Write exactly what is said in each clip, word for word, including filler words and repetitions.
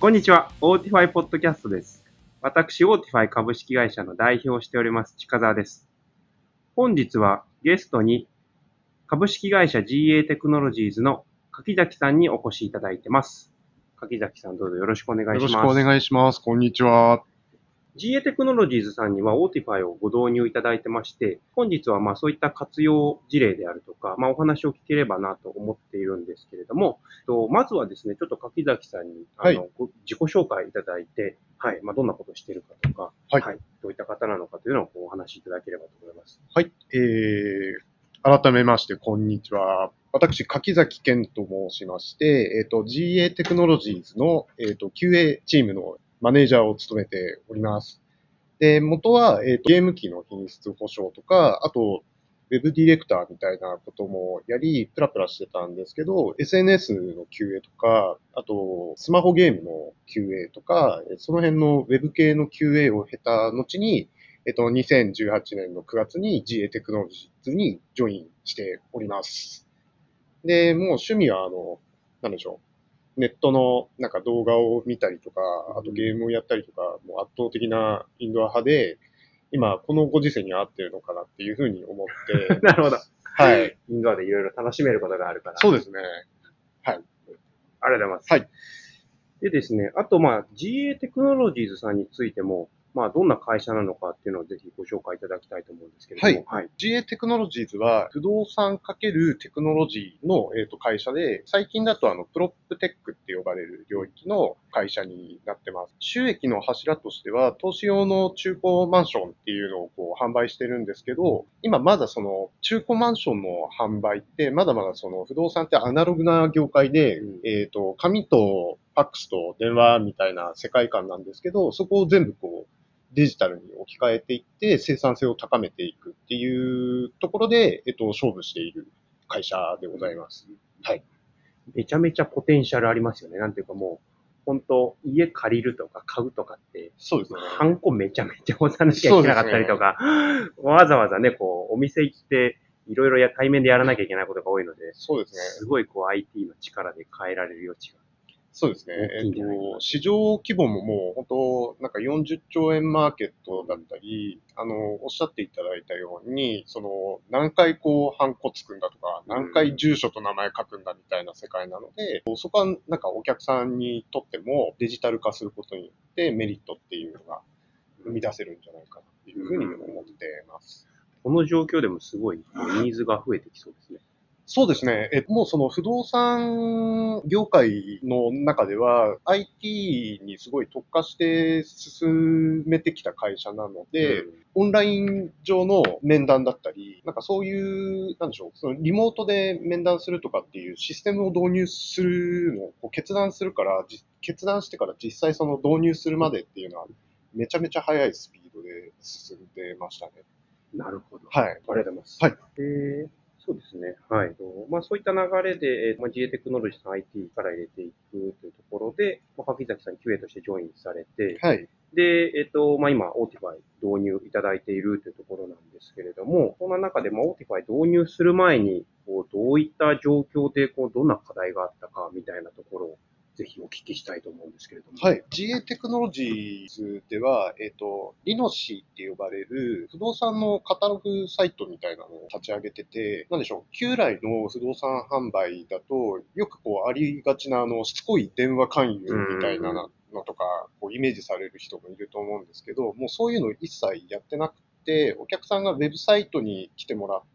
こんにちは、オーティファイポッドキャストです。私、オーティファイ株式会社の代表をしております、近澤です。本日はゲストに株式会社 ジーエー テクノロジーズの柿崎さんにお越しいただいてます。柿崎さん、どうぞよろしくお願いします。 よろしくお願いします。こんにちは。 ジーエー テクノロジーズさんにはオーティファイをご導入いただいてまして、本日はまあそういった活用事例であるとか、まあお話を聞ければなと思っているんですけれども、とまずはですね、ちょっと柿崎さんにあの、 はい、 ご自己紹介いただいて、はい、まあどんなことをしているかとか、 はい、 はい、どういった方なのかというのをお話しいただければと思います。 はい、えー、改めまして、こんにちは。私、柿崎健と申しまして、えっ、と、ジーエー テクノロジーズの、えっ、と、キューエー チームのマネージャーを務めております。で、元は、えっ、と、ゲーム機の品質保証とか、あと、ウェブディレクターみたいなこともやり、プラプラしてたんですけど、エスエヌエス の キューエー とか、あと、スマホゲームの キューエー とか、その辺のウェブ系の キューエー を経た後に、えっと、にせんじゅうはちねんのくがつに ジーエー テクノロジーズにジョインしております。で、もう趣味は、あの、なんでしょう。ネットのなんか動画を見たりとか、あとゲームをやったりとか、もう圧倒的なインドア派で、今、このご時世に合ってるのかなっていうふうに思ってなるほど。 はい。 インドアでいろいろ楽しめることがあるから。 そうですね。はい。 ありがとうございます。 はい。 でですね、あとまあ ジーエー テクノロジーズさんについても、まあどんな会社なのかっていうのをぜひご紹介いただきたいと思うんですけれども。 はい。ジーエー テクノロジーズは不動産×テクノロジーの、えー、と会社で、最近だとあのプロップテックって呼ばれる領域の会社になってます。収益の柱としては、投資用の中古マンションっていうのをこう販売してるんですけど、今まだその中古マンションの販売って、まだまだその不動産ってアナログな業界で、 うんえっ、と、紙とファックスと電話みたいな世界観なんですけど、そこを全部こう、デジタルに置き換えていって生産性を高めていくっていうところで、えっと、勝負している会社でございます。はい。 めちゃめちゃポテンシャルありますよね。なんていうかもう、本当家借りるとか買うとかって、 そうですね。 ハンコめちゃめちゃ押さなきゃいけなかったりとか、わざわざね、こう、お店行って、いろいろや対面でやらなきゃいけないことが多いので、 そうですね。 すごいこう アイティー の力で変えられる余地が。 そうですね。 大きいんじゃないかなえっと、市場規模ももう本当、なんかよんじゅっちょうえんマーケットだったり、あの、おっしゃっていただいたように、その、何回こう、ハンコつくんだとか、何回住所と名前書くんだみたいな世界なので、そこはなんかお客さんにとってもデジタル化することによってメリットっていうのが生み出せるんじゃないかなっていうふうに思ってます。 この状況でもすごいニーズが増えてきそうですね。 そうですね。え、もうその不動産業界の中では アイティー にすごい特化して進めてきた会社なので、 うん、 オンライン上の面談だったり、なんかそういう、なんでしょう、そのリモートで面談するとかっていうシステムを導入するのをこう決断するから、じ決断してから実際その導入するまでっていうのはめちゃめちゃ速いスピードで進んでましたね。 なるほど。 はい。 ありがとうございます。 はい。 えーそうですね。はい。まあ、そういった流れで、えーまあ、ジーエー テクノロジーさん アイティー から入れていくというところで、まあ、柿崎さん キューエー としてジョインされて、 はい。 で、えっと、まあ、今、オーティファイ導入いただいているというところなんですけれども、そんな中で、まあ、オーティファイ導入する前に、こうどういった状況で、こう、どんな課題があったか、みたいなところを、ぜひお聞きしたいと思うんですけれども。 はい。ジーエー テクノロジーズでは、えっ、と、リノシーって呼ばれる不動産のカタログサイトみたいなのを立ち上げてて、なんでしょう、旧来の不動産販売だと、よくこうありがちなあの、しつこい電話勧誘みたいなのとか、こうイメージされる人もいると思うんですけど、もうそういうの一切やってなくて、お客さんがウェブサイトに来てもらって、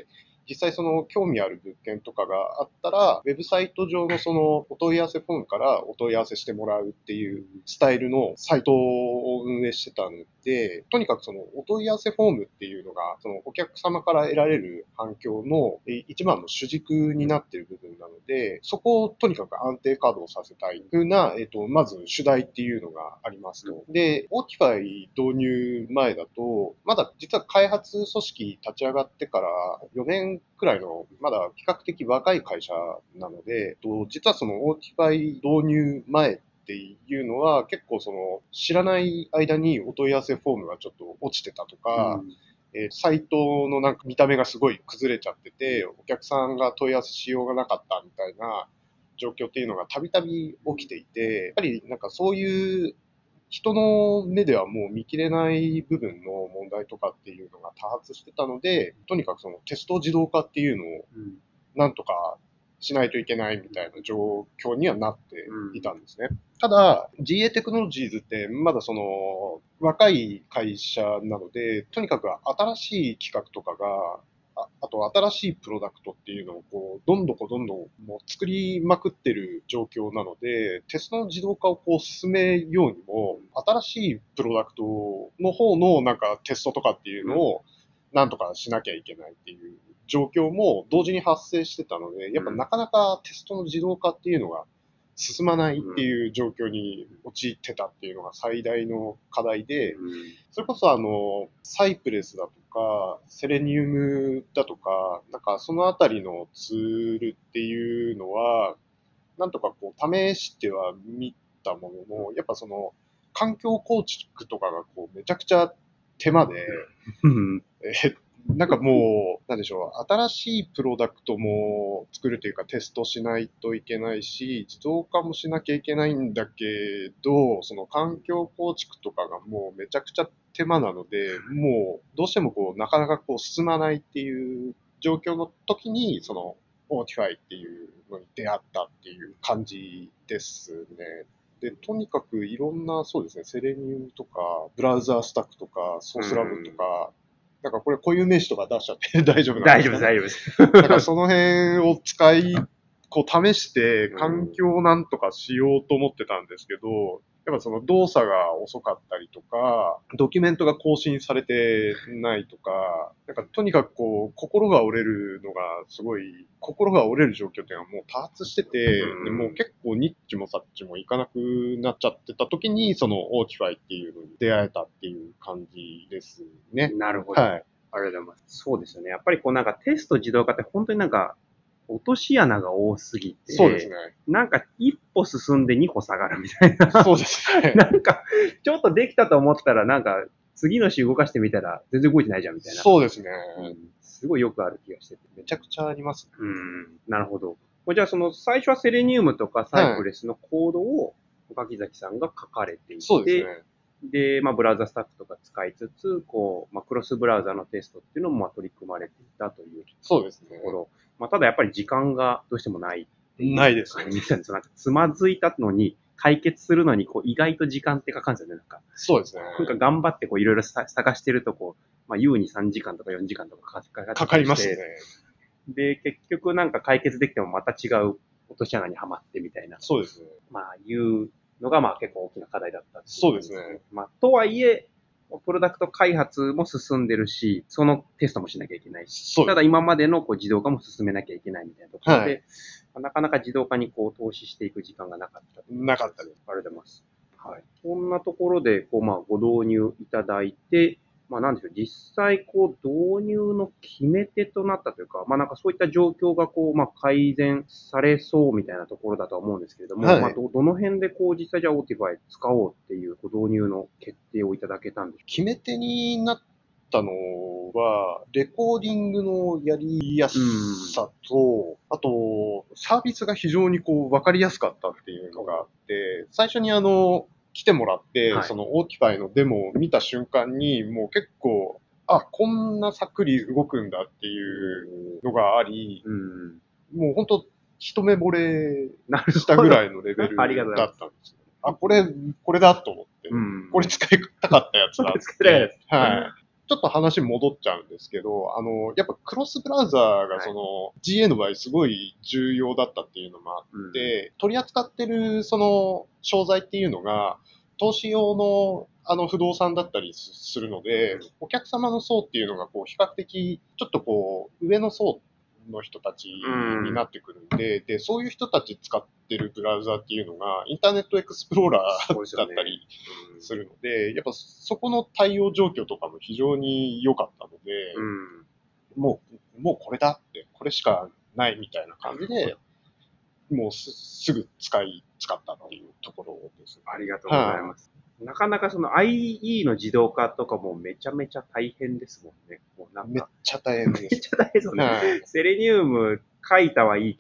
実際その興味ある物件とかがあったら、ウェブサイト上のそのお問い合わせフォームからお問い合わせしてもらうっていうスタイルのサイトを運営してたので、とにかくそのお問い合わせフォームっていうのが、そのお客様から得られる反響の一番の主軸になっている部分なので、そこをとにかく安定稼働させたいというな、えっと、まず主題っていうのがありますと。で、オーティファイ導入前だと、まだ実は開発組織立ち上がってからよねんくらいの、まだ比較的若い会社なので、実はそのオーティファイ導入前っていうのは結構その知らない間にお問い合わせフォームがちょっと落ちてたとか、うんえー、サイトのなんか見た目がすごい崩れちゃってて、お客さんが問い合わせしようがなかったみたいな状況っていうのがたびたび起きていて、やっぱりなんかそういう人の目ではもう見切れない部分の問題とかっていうのが多発してたので、とにかくそのテスト自動化っていうのをなんとかしないといけないみたいな状況にはなっていたんですね。ただ、ジーエー テクノロジーズってまだその若い会社なので、とにかく新しい企画とかが、ああと新しいプロダクトっていうのをこうどんどこどんどんもう作りまくってる状況なので、テストの自動化をこう進めようにも、新しいプロダクトの方のなんかテストとかっていうのをなんとかしなきゃいけないっていう状況も同時に発生してたので、やっぱなかなかテストの自動化っていうのが進まないっていう状況に陥ってたっていうのが最大の課題で、それこそあの、サイプレスだとか、セレニウムだとか、なんかそのあたりのツールっていうのは、なんとかこう試してはみたものの、やっぱその、環境構築とかがこうめちゃくちゃ手間で、えなんかもう、なんでしょう、新しいプロダクトも作るというかテストしないといけないし、自動化もしなきゃいけないんだけど、その環境構築とかがもうめちゃくちゃ手間なので、もうどうしてもこう、なかなかこう進まないっていう状況の時に、その、オーティファイっていうのに出会ったっていう感じですね。で、とにかくいろんな、そうですね、セレニウムとか、ブラウザースタックとか、ソースラブとか、なんかこれ固有名詞とか出しちゃって大丈夫なんですか、ね、 大丈夫です、大丈夫です。 だからその辺を使い、こう試して環境をなんとかしようと思ってたんですけど、やっぱその動作が遅かったりとか、ドキュメントが更新されてないとか、なんかとにかくこう、心が折れるのがすごい、心が折れる状況っていうのはもう多発してて、 うん、 でもう結構ニッチもサッチもいかなくなっちゃってた時に、そのオーティファイっていうのに出会えたっていう感じですね。 なるほど。はい。ありがとうございます。そうですよね。やっぱりこうなんかテスト自動化って本当になんか、落とし穴が多すぎて、 そうですね。 なんか一歩進んで二歩下がるみたいな。 そうですね。 なんか、ちょっとできたと思ったら、なんか、次の週動かしてみたら、全然動いてないじゃんみたいな。 そうですね、 うん。すごいよくある気がしてて。 めちゃくちゃあります、ね。 うん。なるほど。じゃあ、その、最初はセレニウムとかサイプレスのコードを、柿崎さんが書かれていて、 そうですね。 で、まあ、ブラウザスタックとか使いつつ、こう、まあ、クロスブラウザのテストっていうのも、まあ、取り組まれていたというそうですね。 ところ。まあ、ただやっぱり時間がどうしてもないっていう。 ないですね。 なんかつまずいたのに、解決するのに、こう、意外と時間ってかかるんですよね、なんか。 そうですね。 なんか頑張って、こう、いろいろ探してると、こう、まあ、優にさんじかんとかよじかんとかかかってかかりますね。 で、結局なんか解決できてもまた違う落とし穴にはまってみたいな。 そうですね。 まあ、いうのが、まあ結構大きな課題だったっていう。 そうですね。 まあ、とはいえ、プロダクト開発も進んでるし、そのテストもしなきゃいけないし、ただ今までのこう自動化も進めなきゃいけないみたいなところで、はいまあ、なかなか自動化にこう投資していく時間がなかった。 なかったです。 ありがとうございます。はい。こんなところで、こう、まあ、ご導入いただいて、まあ、なんでしょう、実際、こう、導入の決め手となったというか、まあ、なんかそういった状況が、こう、まあ、改善されそうみたいなところだとは思うんですけれども、はい、まあ、ど、どの辺で、こう、実際じゃあ、オーティファイ使おうっていう、こう導入の決定をいただけたんでしょうか。 決め手になったのは、レコーディングのやりやすさと、あと、サービスが非常にこう、わかりやすかったっていうのがあって、最初にあの、来てもらって、はい、そのオーティファイのデモを見た瞬間に、もう結構、あ、こんなさっくり動くんだっていうのがあり、うん、もう本当一目惚れしたぐらいのレベルだったんですよ。あ、これ、これだと思って、うん、これ使いたかったやつだって。使いたかったやつ。はい。ちょっと話戻っちゃうんですけど、あの、やっぱクロスブラウザーがその、はい、ジーエー の場合すごい重要だったっていうのもあって、うん、取り扱ってるその商材っていうのが、投資用のあの不動産だったりするので、お客様の層っていうのがこう比較的ちょっとこう上の層の人たちになってくるんで、うん、で、そういう人たち使ってるブラウザっていうのがインターネットエクスプローラーだったりするので、でやっぱそこの対応状況とかも非常に良かったので、うん、もう、もうこれだって、これしかないみたいな感じで、もう す, すぐ使い、使ったっていうところです、ね。 ありがとうございます。はあ、なかなかその アイイー の自動化とかもめちゃめちゃ大変ですもんね。もうなんかめっちゃ大変です。 めっちゃ大変ですよね。はあ、セレニウム書いたはいいけど、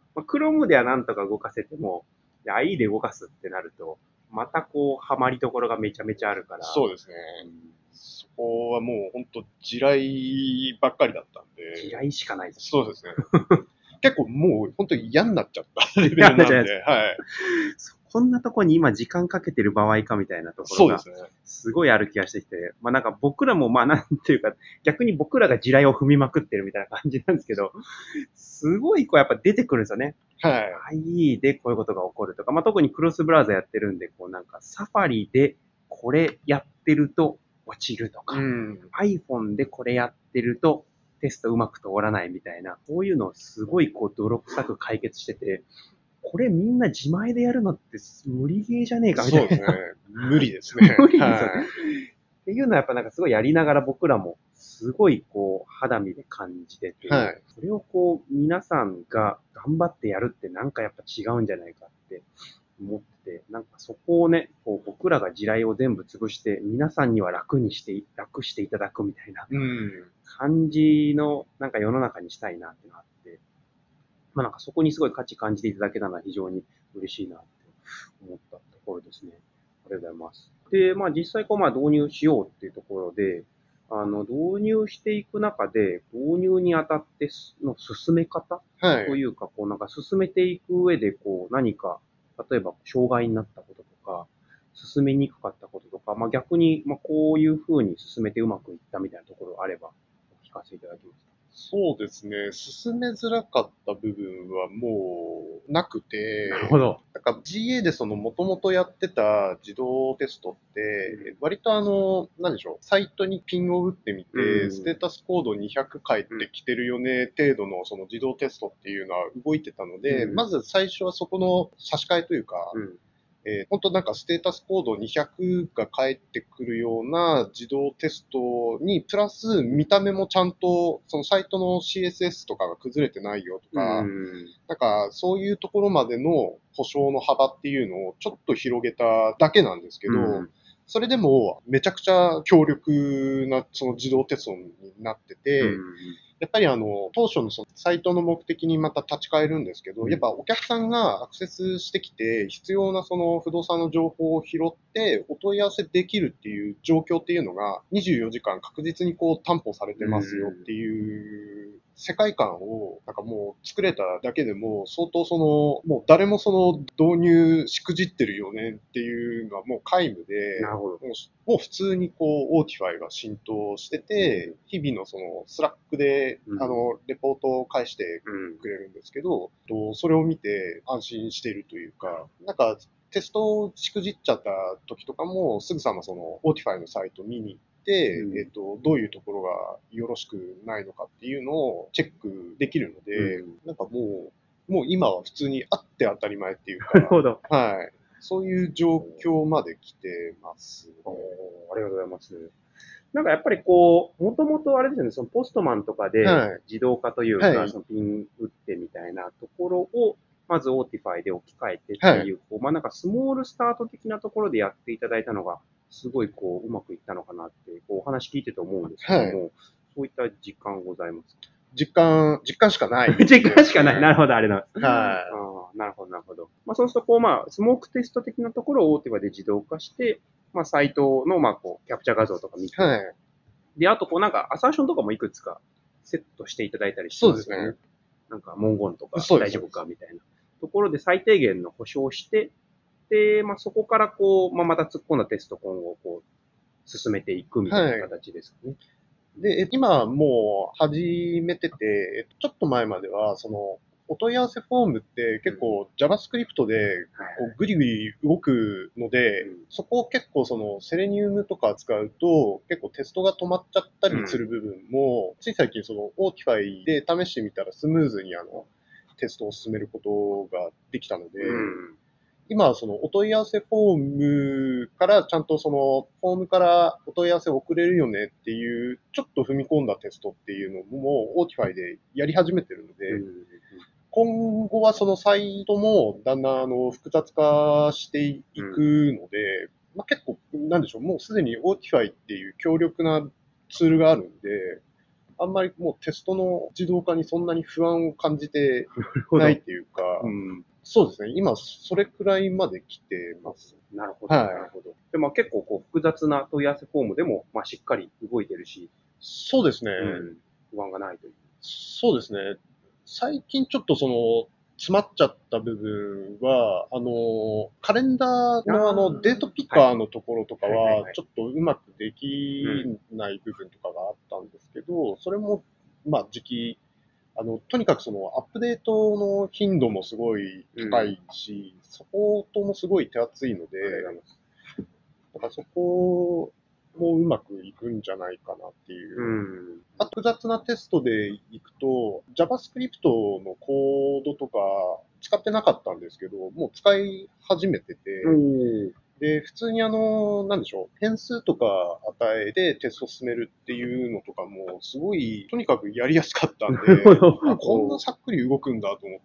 まあ、Chrome ではなんとか動かせても、アイイー で動かすってなると、またこう、ハマりどころがめちゃめちゃあるから。 そうですね。 うん、 そこはもう本当地雷ばっかりだったんで。 地雷しかないです。 そうですね。結構もう本当に嫌になっちゃったレベルなんで、はい。 こんなとこに今時間かけてる場合かみたいなところが、すごいある気がしてきて、まあなんか僕らもまあなんていうか、逆に僕らが地雷を踏みまくってるみたいな感じなんですけど、すごいこうやっぱ出てくるんですよね。 はい。 アイイー でこういうことが起こるとか、まあ特にクロスブラウザやってるんで、こうなんかサファリでこれやってると落ちるとか、うん、iPhone でこれやってるとテストうまく通らないみたいな、こういうのをすごいこう泥臭く解決してて、これみんな自前でやるのって無理ゲーじゃねえかみたいな。 そうですね。無理ですね。 無理ですよね。はい、っていうのはやっぱなんかすごいやりながら僕らもすごいこう肌身で感じてて、はい、それをこう皆さんが頑張ってやるってなんかやっぱ違うんじゃないかって思ってて、なんかそこをね、こう僕らが地雷を全部潰して皆さんには楽にして、楽していただくみたいな感じのなんか世の中にしたいなっていうのがあって、まあなんかそこにすごい価値感じていただけたのは非常に嬉しいなって思ったところですね。ありがとうございます。で、まあ実際こうまあ導入しようっていうところで、あの導入していく中で、導入にあたっての進め方というか、こうなんか進めていく上でこう何か、例えば障害になったこととか、進めにくかったこととか、まあ逆にまあこういうふうに進めてうまくいったみたいなところがあればお聞かせいただけますか。 そうですね。進めづらかった部分はもうなくて、 なるほど。 なんか ジーエー でその元々やってた自動テストって、割とあの、なんでしょう、サイトにピンを打ってみて、うん、ステータスコードにひゃく返ってきてるよね、程度のその自動テストっていうのは動いてたので、うん、まず最初はそこの差し替えというか、うんえー、本当なんかステータスコードにひゃくが返ってくるような自動テストに、プラス見た目もちゃんと、そのサイトの シーエスエス とかが崩れてないよとか、うん、なんかそういうところまでの保証の幅っていうのをちょっと広げただけなんですけど、うん、それでもめちゃくちゃ強力なその自動テストになってて、うんやっぱりあの、当初のそのサイトの目的にまた立ち返るんですけど、やっぱお客さんがアクセスしてきて、必要なその不動産の情報を拾ってお問い合わせできるっていう状況っていうのがにじゅうよじかん確実にこう担保されてますよっていう世界観をなんかもう作れただけでも相当その、もう誰もその導入しくじってるよねっていうのはもう皆無で、 なるほど。 もうもう普通にこう、オーティファイが浸透してて、日々のそのスラックで、あの、レポートを返してくれるんですけど、それを見て安心しているというか、なんか、テストをしくじっちゃった時とかも、すぐさまその、オーティファイのサイト見に行って、うん、えっと、どういうところがよろしくないのかっていうのをチェックできるので、うん、なんかもう、もう今は普通にあって当たり前っていうか、 なるほど。 はい。そういう状況まで来てます、ね。 ありがとうございます。なんかやっぱりこう、もともとあれですよね、そのポストマンとかで自動化というか、はい、そのピン打ってみたいなところを、まずオーティファイで置き換えてっていう、はい、こうまあなんかスモールスタート的なところでやっていただいたのが、すごいこう、うまくいったのかなって、こうお話聞いてて思うんですけども、はい、そういった実感ございますか？ 実感、実感しかない、 ね。実感しかない。なるほど、あれなんです。 はい。 あなるほど、なるほど。まあそうすると、こうまあ、スモークテスト的なところをオーティファイで自動化して、まあサイトのまあこう、キャプチャー画像とか見て、はい、で、あとこうなんかアサーションとかもいくつかセットしていただいたりしてますよね。そうですね。なんか文言とか大丈夫かみたいなところで最低限の保証をして、で、まあそこからこう、まあまた突っ込んだテスト今後こう、進めていくみたいな形ですかね。はい、 で、今もう始めてて、ちょっと前までは、その、お問い合わせフォームって結構 JavaScript でこうグリグリ動くので、うん、そこを結構そのセレニウムとか使うと結構テストが止まっちゃったりする部分も、うん、つい最近その Autify で試してみたらスムーズにあのテストを進めることができたので、うん今はそのお問い合わせフォームからちゃんとそのフォームからお問い合わせを送れるよねっていうちょっと踏み込んだテストっていうのもオーティファイでやり始めてるので、うん、今後はそのサイトもだんだんあの複雑化していくので、うんまあ、結構なんでしょう、もうすでにオーティファイっていう強力なツールがあるんで、 あんまりもうテストの自動化にそんなに不安を感じてないっていうか、 うん、 そうですね。今、それくらいまで来てます。 なるほど、 はいなるほど。で、まあ結構こう複雑な問い合わせフォームでも、まあしっかり動いてるし、 そうですね。 うん、不安がないという。 そうですね。最近ちょっとその、詰まっちゃった部分は、あの、カレンダーのあの、デートピッカーのところとかはいはいはいは、いはちょっとうまくできない部分とかがあったんですけど、それも、まあ、時期、あの、とにかくその、アップデートの頻度もすごい高いし、サポートもすごい手厚いので、だからそこもうまくいくんじゃないかなっていう。 うん。 あと複雑なテストでいくと、JavaScript のコードとか使ってなかったんですけど、もう使い始めてて、 おーで、普通にあの、なんでしょう、変数とか与えてテスト進めるっていうのとかも、すごい、とにかくやりやすかったんなるほで、 ど。 あ、こんなさっくり動くんだと思って、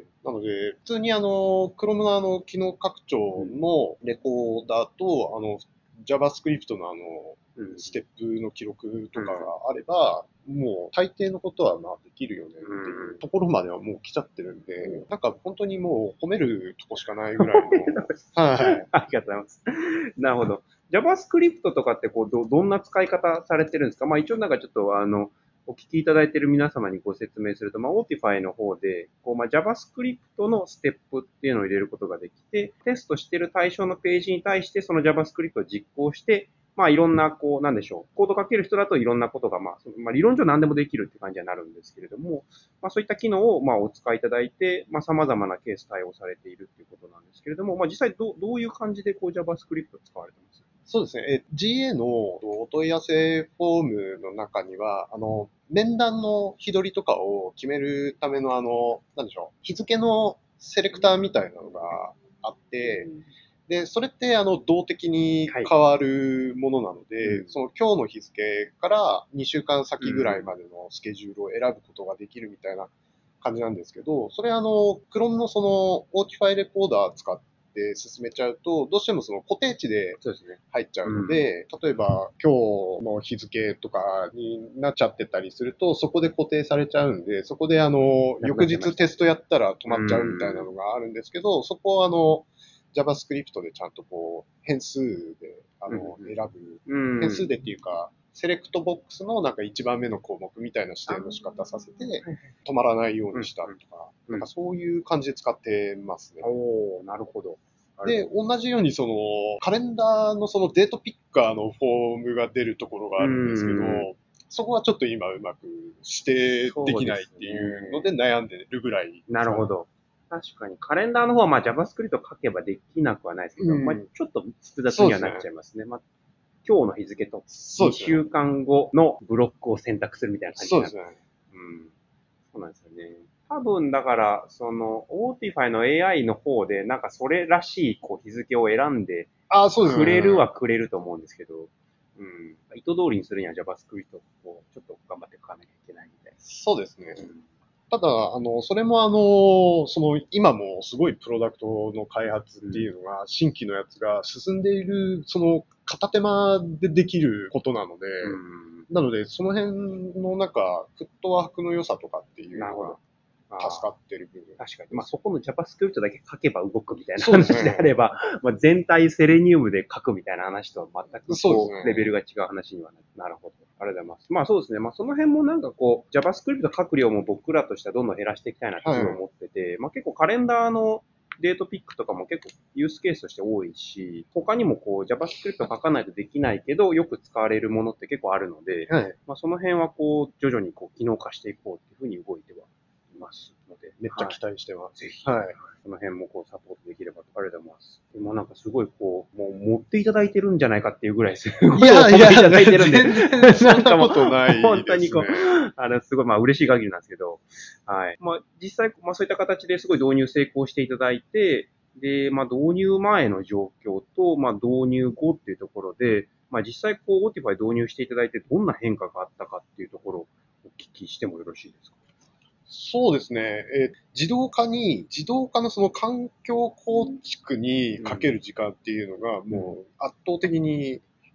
なので、普通にあの、Chrome のあの、機能拡張のレコーダーと、あの、JavaScript のあの、 うんステップの記録とかがあれば、もう大抵のことはまあできるよねっていうところまではもう来ちゃってるんで、なんか本当にもう褒めるとこしかないぐらいの、はい。 ありがとうございます。なるほど。JavaScript とかってこうど、どんな使い方されてるんですか？まあ一応なんかちょっとあの、お聞きいただいている皆様にご説明すると、まあ、Autify の方で、こう、まあ、JavaScript のステップっていうのを入れることができて、テストしている対象のページに対してその JavaScript を実行して、まあ、いろんな、こう、なんでしょう。コード書ける人だといろんなことが、まあ、そのまあ、理論上何でもできるって感じになるんですけれども、まあ、そういった機能を、まあ、お使いいただいて、まあ、様々なケース対応されているっていうことなんですけれども、まあ、実際どう、どういう感じで、こう、JavaScript 使われてます？ そうですね。え ジーエー のお問い合わせフォームの中には、あの、面談の日取りとかを決めるための、あの、なんでしょう、日付のセレクターみたいなのがあって、で、それって、あの、動的に変わるものなので、 うんその今日の日付からにしゅうかん先ぐらいまでのスケジュールを選ぶことができるみたいな感じなんですけど、それあの、Chrome のその、Autify レコーダー使って進めちゃうと、どうしてもその固定値でそうですね。 入っちゃうので、例えば今日の日付とかになっちゃってたりすると、そこで固定されちゃうんで、そこであの、翌日テストやったら止まっちゃうみたいなのがあるんですけど、そこをあの、JavaScript でちゃんとこう、変数で、あの、選ぶ。 うん。 変数でっていうか、セレクトボックスのなんか一番目の項目みたいな指定の仕方させて、止まらないようにしたとか、 うんなんかそういう感じで使ってますね。 おー、なるほど。 で、同じようにその、カレンダーのそのデートピッカーのフォームが出るところがあるんですけどうん、 そこはちょっと今うまく指定できないっていうので悩んでるぐらい。 なるほど。確かに、カレンダーの方はまあ JavaScript 書けばできなくはないですけど、 うんまあちょっと複雑にはなっちゃいますね。まあ今日の日付と2 そうですね。 週間後のブロックを選択するみたいな感じになる。 そうですね。 うん。そうなんですよね。多分だから、その、Autify の エーアイ の方で、なんかそれらしいこう日付を選んであ、そうですね。 くれるはくれると思うんですけど、うん。意図通りにするには JavaScript をちょっと頑張って書かなきゃいけないみたいそうですね。 な。うんただ、あの、それもあの、その、今もすごいプロダクトの開発っていうのが、新規のやつが進んでいる、その、片手間でできることなので、 うんなので、その辺のなんか、フットワークの良さとかっていうのが助かってる部分。 確かに。まあ、そこの JavaScript だけ書けば動くみたいなそうですね話であれば、まあ、全体セレニウムで書くみたいな話とは全くこう、 そうですねレベルが違う話にはなる。なるほど。ありがとうございます。まあそうですね。まあその辺もなんかこう、JavaScript 書く量も僕らとしてはどんどん減らしていきたいなって思ってて、まあ結構カレンダーのデートピックとかも結構ユースケースとして多いし、他にもこう JavaScript 書かないとできないけど、よく使われるものって結構あるので、 はい。 まあその辺はこう、徐々にこう、機能化していこうっていうふうに動いてはいますので、 めっちゃ期待してます。 ぜひ、 はい。 その辺もこうサポートできればと、ありがとうございます。もうなんかすごいこう、もう持っていただいてるんじゃないかっていうぐらいすごいいやいや、 いただいてるんで、 全然そんなことないですね。 本当にこう、あの、すごいまあ嬉しい限りなんですけど、はい。まあ実際、まあそういった形ですごい導入成功していただいて、で、まあ導入前の状況と、まあ導入後っていうところで、まあ実際こう、Autify 導入していただいてどんな変化があったかっていうところをお聞きしてもよろしいですか？ そうですね。えー自動化に、自動化のその環境構築にかける時間っていうのがもう圧倒的に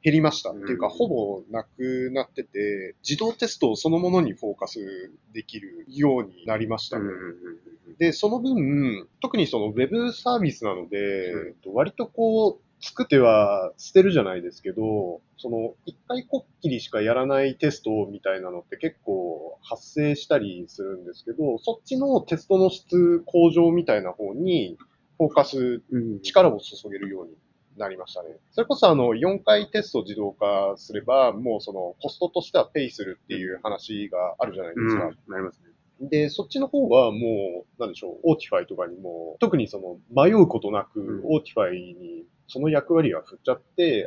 減りました。 うんっていうか、ほぼなくなってて、自動テストそのものにフォーカスできるようになりましたね。 うんうんうんで、その分、特にそのウェブサービスなので、 うんえっと割とこう、作っては捨てるじゃないですけど、その一回こっきりしかやらないテストみたいなのって結構発生したりするんですけど、そっちのテストの質向上みたいな方にフォーカス、 うん力を注げるようになりましたね。それこそあのよんかいテスト自動化すれば、もうそのコストとしてはペイするっていう話があるじゃないですか。 うん、なりますね。 で、そっちの方はもう、なんでしょう、オーティファイとかにも、特にその迷うことなく、 うんオーティファイにその役割が振っちゃって、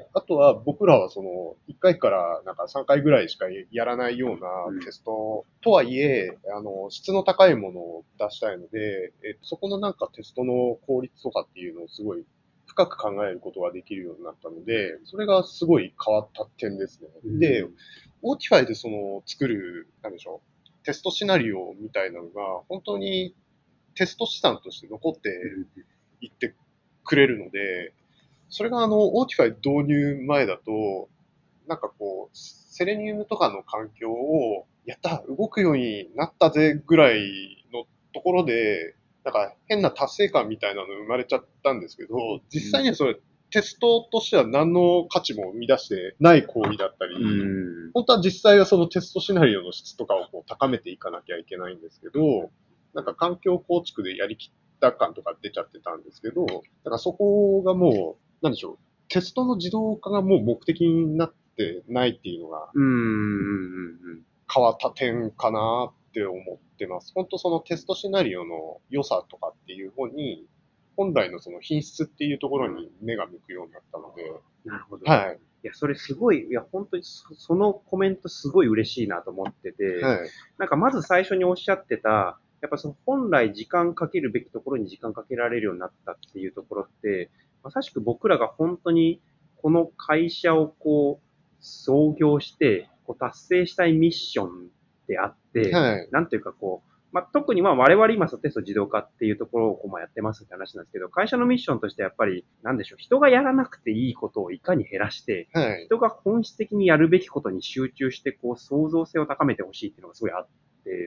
あとは僕らはその、いっかいからなんかさんかいぐらいしかやらないよううんなテストとはいえ、あの、質の高いものを出したいので、えそこのなんかテストの効率とかっていうのをすごい深く考えることができるようになったので、それがすごい変わった点ですね。で、オーティファイでその作る、なんでしょう、テストシナリオみたいなのが、本当にテスト資産として残っていってくれるので、それがあの、オーティファイ導入前だと、なんかこう、セレニウムとかの環境を、やった、動くようになったぜぐらいのところで、なんか変な達成感みたいなの生まれちゃったんですけど、実際にはそれ、テストとしては何の価値も生み出してない行為だったり、 うん本当は実際はそのテストシナリオの質とかをこう高めていかなきゃいけないんですけど、なんか環境構築でやりきった感とか出ちゃってたんですけど、だからそこがもう、なんでしょう、テストの自動化がもう目的になってないっていうのがうんうん変わった点かなって思ってます。本当そのテストシナリオの良さとかっていう方に、本来のその品質っていうところに目が向くようになったので、 なるほど。 はい。 いや、それすごい、いや、本当にそそのコメントすごい嬉しいなと思ってて、 はい。 なんかまず最初におっしゃってた、やっぱその本来時間かけるべきところに時間かけられるようになったっていうところって、まさしく僕らが本当にこの会社をこう、創業して、こう達成したいミッションであって、 はい。 なんていうかこう、まあ、特にまあ我々今そのテスト自動化っていうところをこうまあやってますって話なんですけど、会社のミッションとしてやっぱり、なんでしょう、人がやらなくていいことをいかに減らして、 はい。 人が本質的にやるべきことに集中して、こう、創造性を高めてほしいっていうのがすごいあって、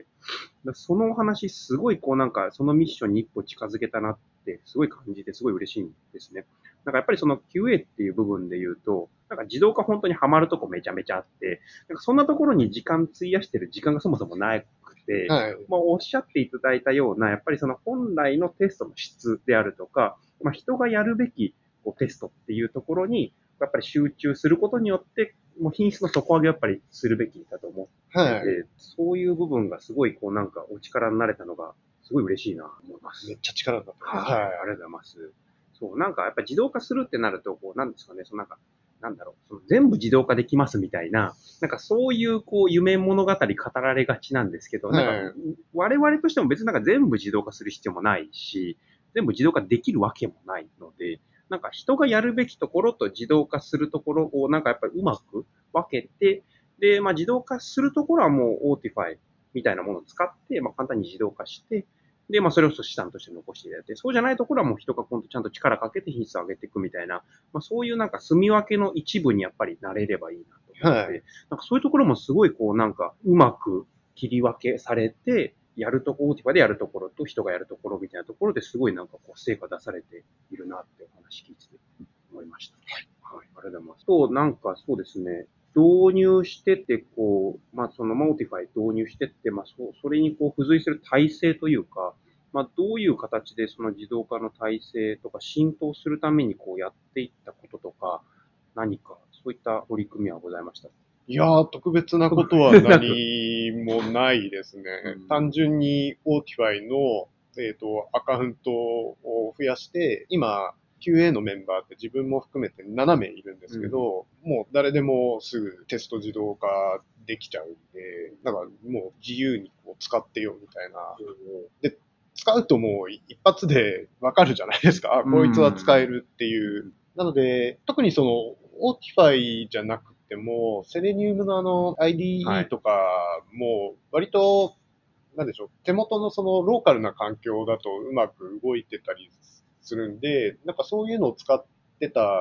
そのお話、すごいこうなんか、そのミッションに一歩近づけたなって、すごい感じて、すごい嬉しいんですね。なんかやっぱりその キューエー っていう部分で言うと、なんか自動化本当にハマるとこめちゃめちゃあって、なんかそんなところに時間費やしてる時間がそもそもなくて、 はい。 まあ、おっしゃっていただいたような、やっぱりその本来のテストの質であるとか、まあ、人がやるべきこうテストっていうところに、やっぱり集中することによって、もう品質の底上げをやっぱりするべきだと思ってはい。 て、そういう部分がすごいこうなんかお力になれたのが、すごい嬉しいなと思います。 めっちゃ力になってます。 はい、 はありがとうございます。そう、なんかやっぱ自動化するってなると、こう、なんですかね、そのなんか、なんだろう、その全部自動化できますみたいな、なんかそういうこう夢物語語られがちなんですけど、 はいなんか我々としても別になんか全部自動化する必要もないし、全部自動化できるわけもないので、なんか人がやるべきところと自動化するところをなんかやっぱりうまく分けて、で、まあ自動化するところはもうオーティファイみたいなものを使って、まあ簡単に自動化して、で、まあそれを資産として残していただいて、そうじゃないところはもう人が今度ちゃんと力かけて品質を上げていくみたいな、まあそういうなんか住み分けの一部にやっぱりなれればいいなと思って、 はい。 なんかそういうところもすごいこうなんかうまく切り分けされて、やるとこ、オーティファでやるところと人がやるところみたいなところですごいなんかこう成果出されているなってお話聞いてて思いました。はい。はい。ありがとうございます。と、なんかそうですね、導入してて、こう、まあ、そのモーティファイ導入してって、まあ、そそれにこう付随する体制というか、まあ、どういう形でその自動化の体制とか浸透するためにこうやっていったこととか、何かそういった取り組みはございましたか？ いやー、特別なことは何もないですね。 うん単純にオーティファイの、えっと、アカウントを増やして、今、キューエー のメンバーって自分も含めてななめいいるんですけど、もう誰でもすぐテスト自動化できちゃうんで、だからもう自由にこう使ってよみたいな。で、使うともう一発でわかるじゃないですか。あ、こいつは使えるっていう。なので、特にその、オーティファイじゃなくても、セレニウムのあの アイディーイー とかも割と、なんでしょう、手元のそのローカルな環境だとうまく動いてたりするんで、なんかそういうのを使ってた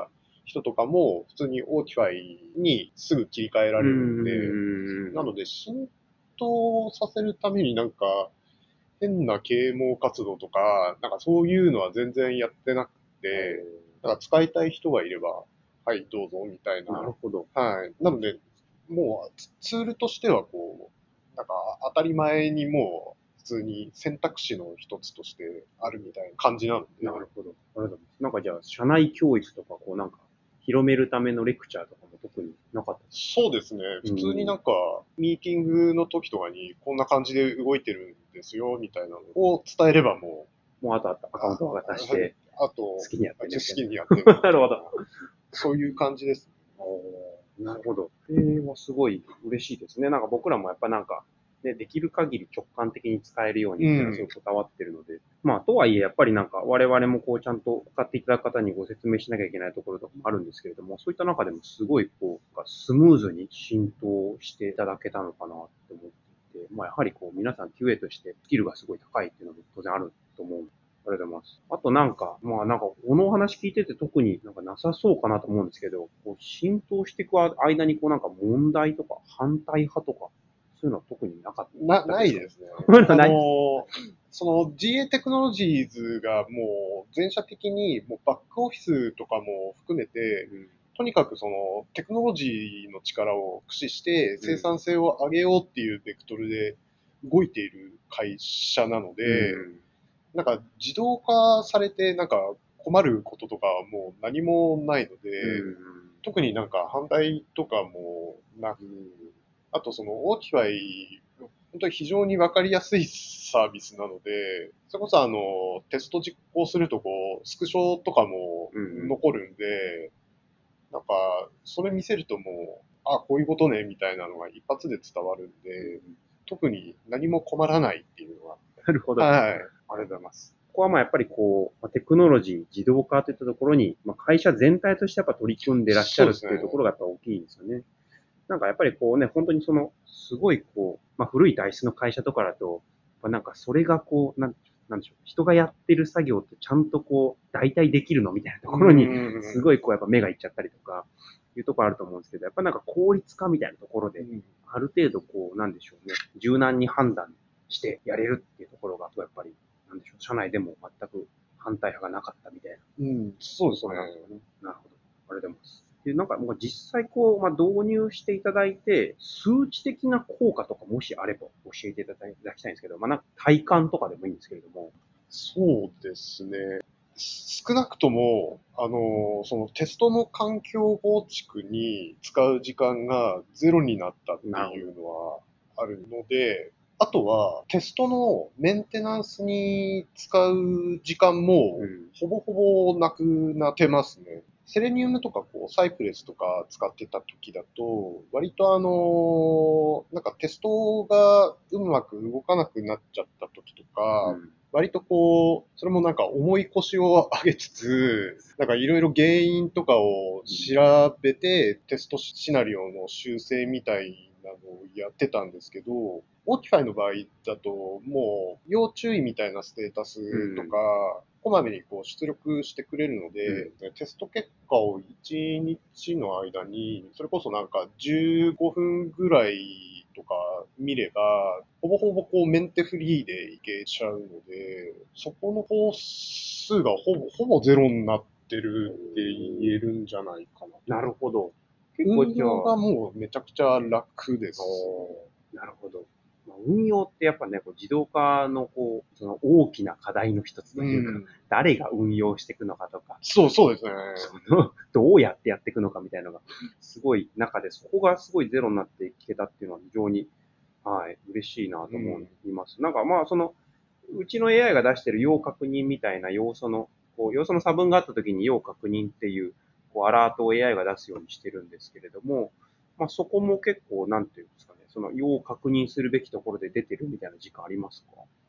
人とかも普通に オーティファイ にすぐ切り替えられるんで、 うんなので浸透させるためになんか変な啓蒙活動とか、なんかそういうのは全然やってなくて、なんか使いたい人がいれば、はい、どうぞみたいな。 なるほど。 はい。なので、もうツールとしてはこう、なんか当たり前にもう普通に選択肢の一つとしてあるみたいな感じなので。 なるほど。ありがとうございます。なんかじゃあ、社内教育とか、こうなんか、広めるためのレクチャーとかも特になかったですそうですね。普通になんか、ミーティングの時とかにこんな感じで動いてるんですよ、みたいなのを伝えればもう、もうあとあとアカウントを渡して、 う、あと、 好きにやってね。 好きにやってなるほど。 そういう感じです。 なるほど。えー、すごい嬉しいですね。なんか僕らもやっぱなんか、ね、できる限り直感的に使えるようにっていうのはすごくこだわってるので、うん、まあ、とはいえ、やっぱりなんか我々もこうちゃんと使っていただく方にご説明しなきゃいけないところとかもあるんですけれども、そういった中でもすごいこう、スムーズに浸透していただけたのかなって思っていて、まあ、やはりこう皆さん キューエー としてスキルがすごい高いっていうのも当然あると思うんです。ありがとうございます。あとなんか、まあなんか、このお話聞いてて特になんかなさそうかなと思うんですけど、こう浸透していく間にこうなんか問題とか反対派とか、そういうのは特になかったですか？ な、ないですね。 あの、その ジーエー テクノロジーズがもう全社的にもうバックオフィスとかも含めて、うん、とにかくそのテクノロジーの力を駆使して生産性を上げようっていうベクトルで動いている会社なので、うん、なんか自動化されてなんか困ることとかはもう何もないので、うん、特になんか反対とかもなく、あとそのオーティファイ、本当に非常にわかりやすいサービスなので、それこそあの、テスト実行するとこう、スクショとかも残るんで、うんうん、なんか、それ見せるともう、あ、こういうことね、みたいなのが一発で伝わるんで、うん、特に何も困らないっていうのは。 なるほど。 はい。 ありがとうございます。ここはまあやっぱりこう、テクノロジー、自動化といったところに、まあ、会社全体としてやっぱ取り組んでらっしゃるっていうところがやっぱ大きいですよね。なんかやっぱりこうね、本当にその、すごいこう、まあ古い体質の会社とかだと、なんかそれがこう、なんなんでしょう、人がやってる作業ってちゃんとこう、代替できるのみたいなところに、すごいこうやっぱ目がいっちゃったりとか、いうところあると思うんですけど、やっぱなんか効率化みたいなところで、ある程度こう、なんでしょうね、柔軟に判断してやれるっていうところが、やっぱり、なんでしょう、社内でも全く反対派がなかったみたいな。 うん、そうですね。 なるほど。ありがとうございます。で、なんか、もう実際こう、まあ、導入していただいて、数値的な効果とかもしあれば教えていただきたいんですけど、まあ、なんか体感とかでもいいんですけれども。 そうですね。少なくとも、あの、そのテストの環境構築に使う時間がゼロになったっていうのはあるので、あとはテストのメンテナンスに使う時間もほぼほぼなくなってますね。セレニウムとかこうサイプレスとか使ってた時だと、割とあの、なんかテストがうまく動かなくなっちゃった時とか、うん割とこう、それもなんか重い腰を上げつつ、なんかいろいろ原因とかを調べて、テストシナリオの修正みたいなのをやってたんですけど、オーティファイの場合だと、もう要注意みたいなステータスとか、こまめにこう出力してくれるので、うん、テスト結果をいちにちの間に、それこそなんかじゅうごふんぐらいとか見れば、ほぼほぼこうメンテフリーでいけちゃうので、そこの工数がほぼ、ほぼゼロになってるって言えるんじゃないかな。 なるほど。 結構運用がもうめちゃくちゃ楽です。 なるほど。運用ってやっぱね、こう自動化のこう、その大きな課題の一つというか、うん、誰が運用していくのかとか。 そうそうですね。 その、どうやってやっていくのかみたいなのが、すごい中で、そこがすごいゼロになっていけたっていうのは非常に、はい、嬉しいなと思います。うん、なんかまあ、その、うちの エーアイ が出してる要確認みたいな要素の、こう、要素の差分があった時に要確認っていう、こう、アラートを エーアイ が出すようにしてるんですけれども、まあ、そこも結構、なんていうんですかね、その、要確認するべきところで出てるみたいな時間ありますか？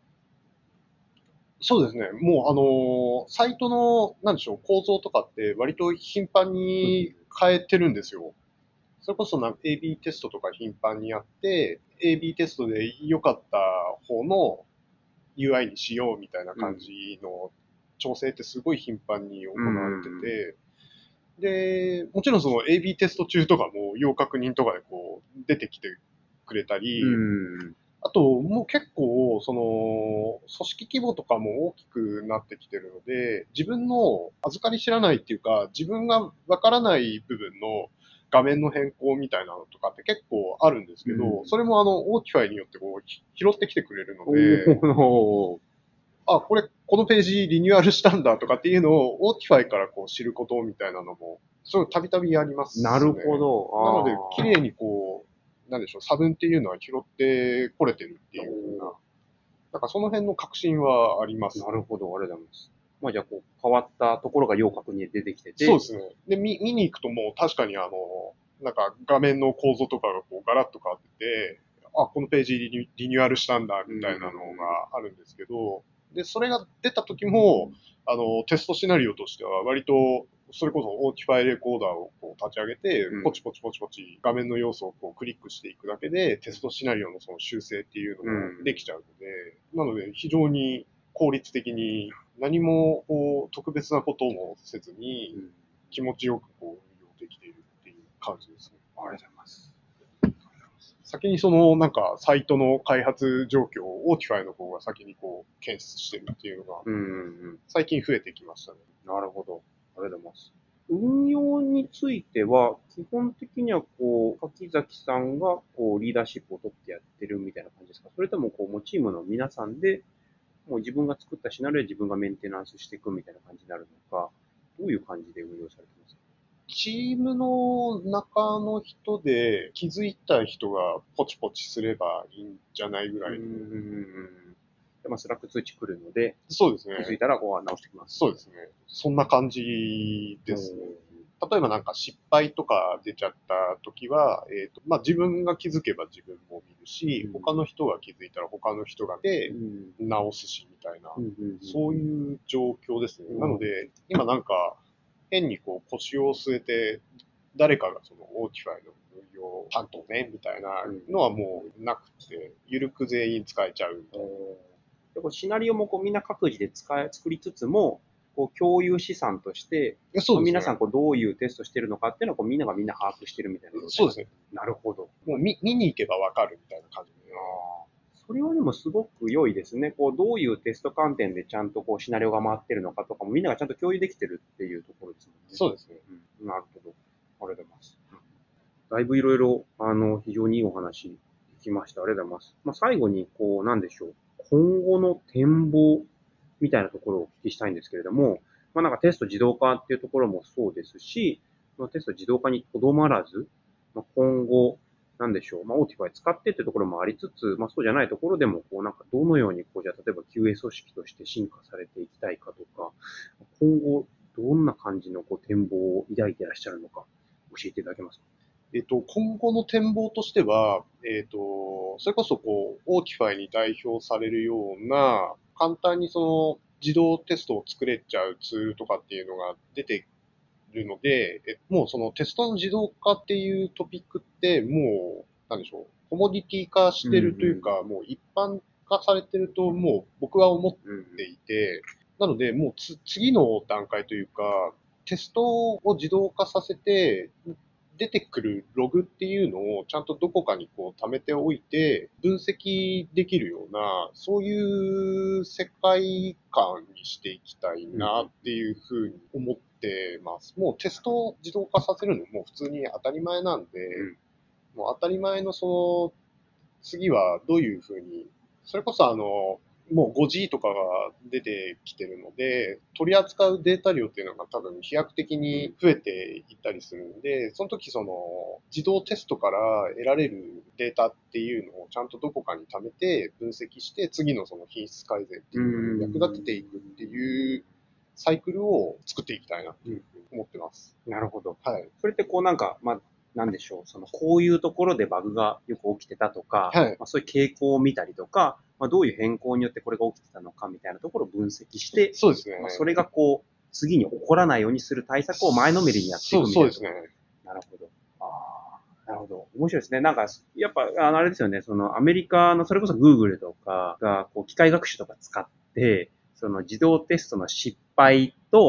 そうですね。もう、あのー、サイトの、なんでしょう、構造とかって割と頻繁に変えてるんですよ。それこそなんか エービー テストとか頻繁にやって、エービー テストで良かった方の ユーアイ にしようみたいな感じの調整ってすごい頻繁に行われてて、 で、もちろんその エービー テスト中とかも要確認とかでこう出てきてくれたり、 うん。 あともう結構その組織規模とかも大きくなってきてるので、自分の預かり知らないっていうか、自分がわからない部分の画面の変更みたいなのとかって結構あるんですけど、 うんそれもあの、オーティファイによってこうひ拾ってきてくれるのおで、 お。 あ、これ、このページリニューアルしたんだとかっていうのを、オーティファイからこう知ることみたいなのも、そういうたびたびありますね。 なるほど。 なので、綺麗あにこう、なんでしょう、差分っていうのは拾ってこれてるっていうふうな、なんかその辺の確信はありまあ、 すね。 なるほど。ありがとうございます。まあじゃあ、こう、変わったところが要確認で出てきてて、 そうですね。で、見、見に行くともう確かにあの、なんか画面の構造とかがこうガラッと変わってて、あ、このページリニュリニューアルしたんだみたいなのがあるんですけど、で、それが出た時も、あの、テストシナリオとしては割と、それこそオーティファイレコーダーをこう立ち上げてうん、 ポチポチポチポチ画面の要素をこうクリックしていくだけで、テストシナリオのその修正っていうのができちゃうので、なので非常に効率的に何もこう特別なこともせずにうん気持ちよくこう運用できているっていう感じですね。 ありがとうございます。 先にそのなんかサイトの開発状況をオーティファイの方が先にこう検出してるっていうのがうんうんうん。 最近増えてきましたね。 なるほど。ありがとうございます。運用については、基本的にはこう、柿崎さんがこう、リーダーシップを取ってやってるみたいな感じですか？それともこう、もうチームの皆さんで、もう自分が作ったシナリオで自分がメンテナンスしていくみたいな感じになるのか、どういう感じで運用されてますか？ チームの中の人で気づいた人がポチポチすればいいんじゃないぐうーらいの。 ん。でまあ、スラック通知来るので、 そうですね。 気づいたらこう直してきます。 そうですね。そんな感じですね。例えばなんか失敗とか出ちゃった時は、えっ、と、まあ、自分が気づけば自分も見るし、 うん他の人が気づいたら他の人がでうん直すし、みたいな、 うんうんうんそういう状況ですね。 うんなので、今なんか、変にこう腰を据えて、誰かがそのオーティファイの運用担当ね、みたいなのはもうなくて、ゆるく全員使えちゃうみたいな。 でこうシナリオもこうみんな各自で使い作りつつも、こう共有資産として、 そうですね。 皆さんこうどういうテストしてるのかっていうのをこうみんながみんな把握してるみたいな。 そうですね。 なるほど。 もう見見に行けばわかるみたいな感じで。 それはでもすごく良いですね。こうどういうテスト観点でちゃんとこうシナリオが回ってるのかとかもみんながちゃんと共有できてるっていうところですもんね。 そうですね。 うん、なるほど。ありがとうございます。だいぶいろいろ、あの、非常にいいお話できました。ありがとうございます。まあ、最後に、こう、なんでしょう。今後の展望みたいなところをお聞きしたいんですけれども、まあ、なんかテスト自動化っていうところもそうですし、まあ、テスト自動化にとどまらず、まあ、今後、なんでしょう。まあ、オーティファイ使ってっていうところもありつつ、まあ、そうじゃないところでも、こう、なんかどのように、こう、じゃあ、例えば キューエー 組織として進化されていきたいかとか、今後、どんな感じのこう展望を抱いていらっしゃるのか、教えていただけますか？ えっと、今後の展望としては、えっと、それこそこう、オーティファイに代表されるような、簡単にその自動テストを作れちゃうツールとかっていうのが出てるので、えもうそのテストの自動化っていうトピックってもう、なんでしょう、コモディティ化してるというか、もう一般化されてるともう僕は思っていて、なのでもうつ次の段階というか、テストを自動化させて、出てくるログっていうのをちゃんとどこかにこう貯めておいて分析できるような、そういう世界観にしていきたいなっていうふうに思ってます。もうテストを自動化させるのも普通に当たり前なんで、もう当たり前のその次はどういうふうに、それこそあの、もう ファイブジー とかが出てきてるので、取り扱うデータ量っていうのが多分飛躍的に増えていったりするんで、その時その自動テストから得られるデータっていうのをちゃんとどこかに貯めて分析して、次のその品質改善っていうのに役立てていくっていうサイクルを作っていきたいなっていうふうに思ってます。 なるほど。 はい。 それってこうなんか、まあ、なんでしょう、その、こういうところでバグがよく起きてたとか、 はい。 まあ、そういう傾向を見たりとか、まあ、どういう変更によってこれが起きてたのかみたいなところを分析して、 そうですね。 まあ、それがこう、次に起こらないようにする対策を前のめりにやっていくみたいな。 そうですね。 なるほど。ああ、なるほど。面白いですね。なんか、やっぱ、あの、あれですよね、その、アメリカの、それこそ Google とかが、こう、機械学習とか使って、その自動テストの失敗と、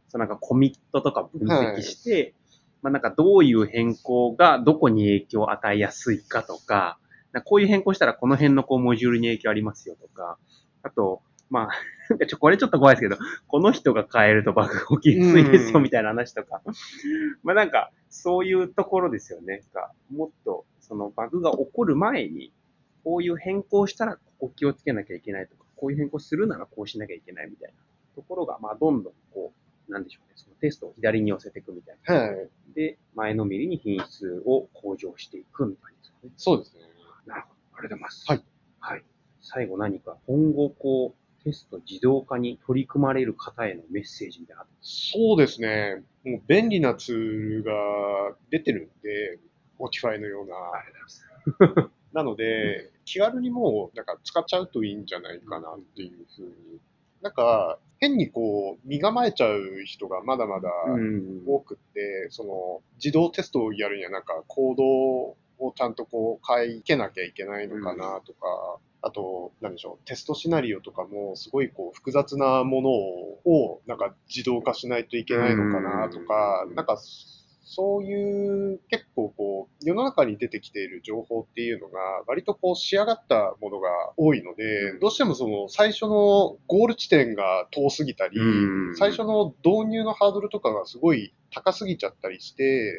そのなんかコミットとか分析して、はい、まあなんかどういう変更がどこに影響を与えやすいかとか、こういう変更したらこの辺のこうモジュールに影響ありますよとか、あと、まあ、ちょ、これちょっと怖いですけど、この人が変えるとバグが起きやすいですよみたいな話とか、まあなんかそういうところですよね。がもっとそのバグが起こる前に、こういう変更したらここ気をつけなきゃいけないとか、こういう変更するならこうしなきゃいけないみたいなところが、まあどんどんこう、なんでしょうね、そのテストを左に寄せていくみたいな。はい。で、前のめりに品質を向上していくみたいですね。 そうですね。 なるほど。ありがとうございます。 はい。 はい。最後何か今後こう、テスト自動化に取り組まれる方へのメッセージみたいな。 そうですね。もう便利なツールが出てるんで、Spotify のような。ありがとうございます。なので、気軽にもうなんか使っちゃうといいんじゃないかなっていうふうに。なんか、変にこう、身構えちゃう人がまだまだ多くって、その、自動テストをやるにはなんか、コードをちゃんとこう、書けなきゃいけないのかなとか、あと、なんでしょう、テストシナリオとかもすごいこう複雑なものをなんか自動化しないといけないのかなとか、なんかそういう結構こう世の中に出てきている情報っていうのが割とこう仕上がったものが多いので、どうしてもその最初のゴール地点が遠すぎたり、最初の導入のハードルとかがすごい高すぎちゃったりして、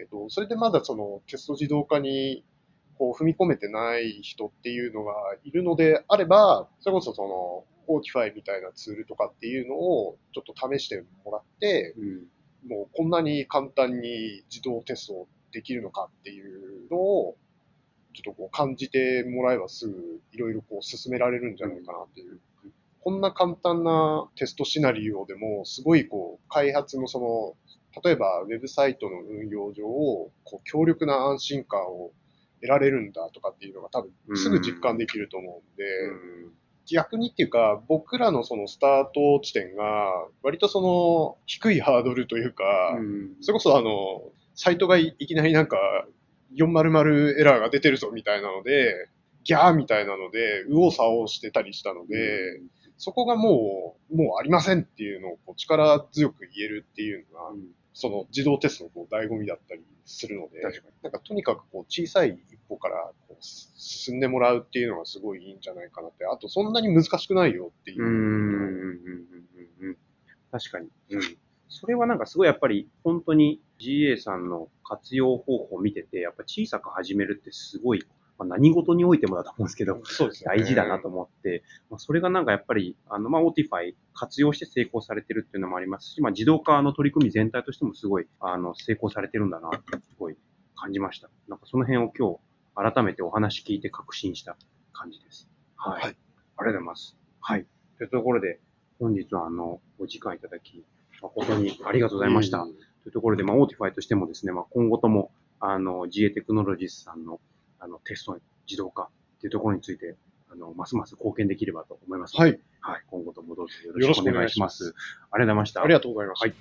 それでまだそのテスト自動化にこう踏み込めてない人っていうのがいるのであれば、それこそその、Spotify みたいなツールとかっていうのをちょっと試してもらって、うん、もうこんなに簡単に自動テストできるのかっていうのを、ちょっとこう感じてもらえばすぐいろいろこう進められるんじゃないかなっていう。うん、こんな簡単なテストシナリオでも、すごいこう、開発のその、例えばウェブサイトの運用上、こう強力な安心感を得られるんだとかっていうのが多分すぐ実感できると思うんで、うん、逆にっていうか僕らのそのスタート地点が割とその低いハードルというか、うん、それこそあの、サイトが い, いきなりなんかよんひゃくエラーが出てるぞみたいなので、ギャーみたいなので右往左往してたりしたので、うん、そこがもう、もうありませんっていうのをこう力強く言えるっていうのが、うん、その自動テストのこう醍醐味だったりするので、なんかとにかくこう小さい一歩からこう進んでもらうっていうのがすごいいいんじゃないかなって、あとそんなに難しくないよっていう。うんうんうん、確かに、うん。それはなんかすごいやっぱり本当に ジーエー さんの活用方法を見てて、やっぱ小さく始めるってすごい、まあ、何事においてもだと思うんですけど、そうですね、大事だなと思って、まあ、それがなんかやっぱり、あの、まあ、Spotify 活用して成功されてるっていうのもありますし、まあ、自動化の取り組み全体としてもすごい、あの、成功されてるんだなってすごい感じました。なんかその辺を今日改めてお話聞いて確信した感じです。はい。はい、ありがとうございます。はい。というところで、本日はあの、お時間いただき、誠にありがとうございました。というところで、まあ、Spotify としてもですね、まあ、今後とも、あの、ジーエー テクノロジーズさんの、あの、テスト自動化っていうところについて、あの、ますます貢献できればと思いますので、はい。はい。今後ともどうぞよろしくお願いします。ありがとうございました。 ありがとうございました。はい。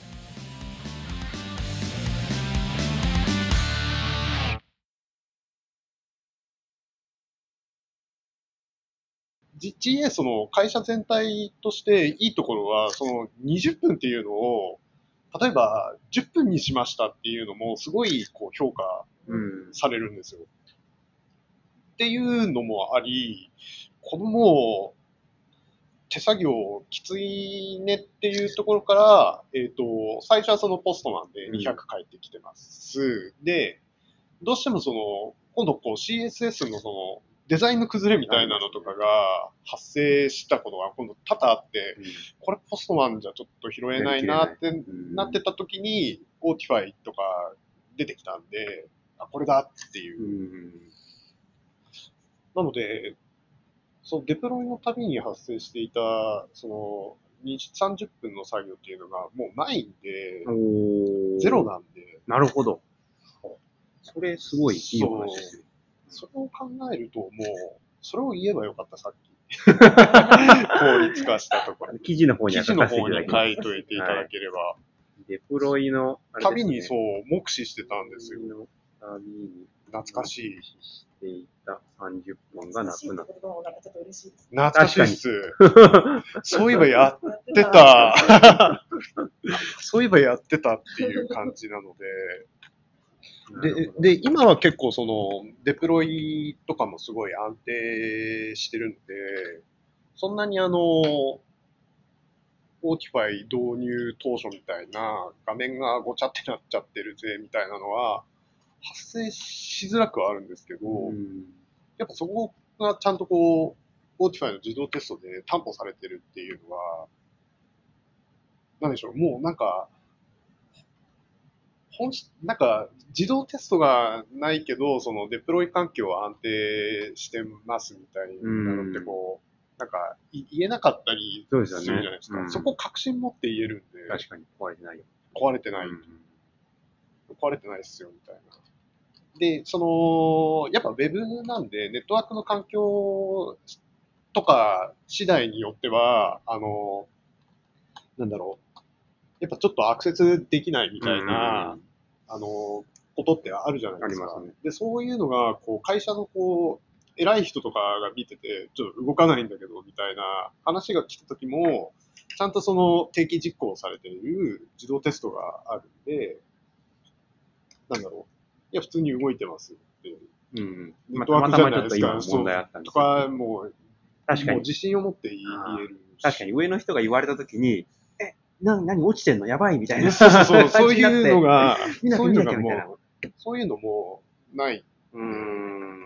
ジーエー その会社全体としていいところは、そのにじゅっぷんっていうのを、例えばじゅっぷんにしましたっていうのもすごいこう評価されるんですよ。うん、っていうのもあり、このもう手作業きついねっていうところから、えっと、最初はそのポストマンでにひゃく返ってきてます。うん、で、どうしてもその、今度こう シーエスエス のその、デザインの崩れみたいなのとかが発生したことが今度多々あって、うん、これポストマンじゃちょっと拾えないなってなってた時に、Spotify とか出てきたんで、あ、これだっていう。うん、なので、そのデプロイのたびに発生していた、その、にじゅう、さんじゅっぷんの作業っていうのがもうないんで、ゼロなんで。 なるほど。それすごいいいお話ですね。 それを考えると、もう、それを言えばよかった、さっき。効率化したところ。 記事の方に記事の方に書いといていただければ。はい、 デプロイの、 あれですね、旅にそう、目視してたんですよ。旅に懐かしい。 していたさんじゅっぽんがなくなった。 懐かしいっす。そういえばやってた。そういえばやってたっていう感じなので。で、で、今は結構その、デプロイとかもすごい安定してるんで、そんなにあの、オーティファイ導入当初みたいな画面がごちゃってなっちゃってるぜみたいなのは発生しづらくはあるんですけど、うん、やっぱそこがちゃんとこう、オーティファイの自動テストで担保されてるっていうのは、なんでしょう、もうなんか、本質、なんか自動テストがないけど、そのデプロイ環境は安定してますみたいなのってこう、うんなんか言えなかったりするじゃないですか。そ, すねうん、そこ確信持って言えるんで。 確かに壊れてないよ。 壊れてない。うん、壊れてないっすよ、みたいな。で、その、やっぱ Web なんで、ネットワークの環境とか次第によっては、あの、なんだろう。やっぱちょっとアクセスできないみたいな、うん、あの、ことってあるじゃないですか。ありますね。で、そういうのが、こう、会社のこう、偉い人とかが見てて、ちょっと動かないんだけど、みたいな話が来た時も、ちゃんとその定期実行されている自動テストがあるんで、なんだろう。いや、普通に動いてますって。うん。ネットワークじゃないですか。まあ、たまたまちょっと今問題あったんですとか、もう、確かに。もう自信を持って言える。 確かに上の人が言われた時に、え、な、何落ちてんのやばいみたいな。 そうそうそう、そういうのが、そういうのがもう、そういうのもない。うーん。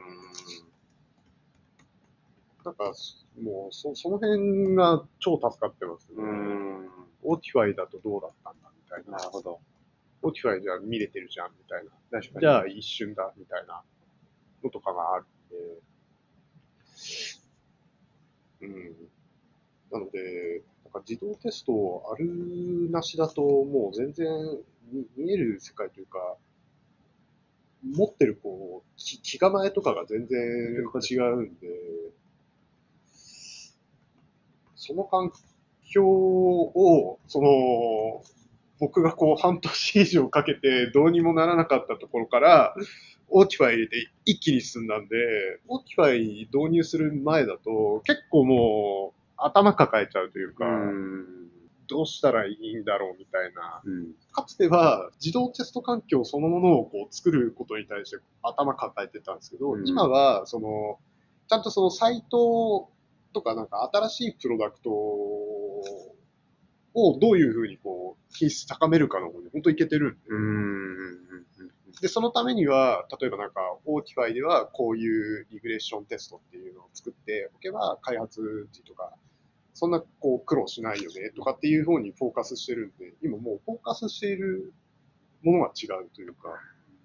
なんか、もう、そ、その辺が超助かってますね。うん。オーティファイだとどうだったんだみたいな。なるほど。オーティファイじゃ見れてるじゃんみたいな。確かに。じゃあ一瞬だみたいなのとかがあるんで。うん。なので、なんか自動テストあるなしだともう全然見える世界というか、持ってるこう、気気構えとかが全然違うんで、その環境を、その、僕がこう半年以上かけてどうにもならなかったところから、オーティファイで一気に進んだんで、オーティファイ導入する前だと結構もう頭抱えちゃうというか、うどうしたらいいんだろうみたいな。うん、かつては自動テスト環境そのものをこう作ることに対して頭抱えてたんですけど、うん、今はその、ちゃんとそのサイトとかなんか新しいプロダクトをどういうふうにこう品質高めるかの方に本当いけてるんで。うんで、そのためには、例えばなんか、オーティファイではこういうリグレッションテストっていうのを作っておけば、開発時とか、そんなこう苦労しないよねとかっていう方にフォーカスしてるんで、今もうフォーカスしているものが違うというか、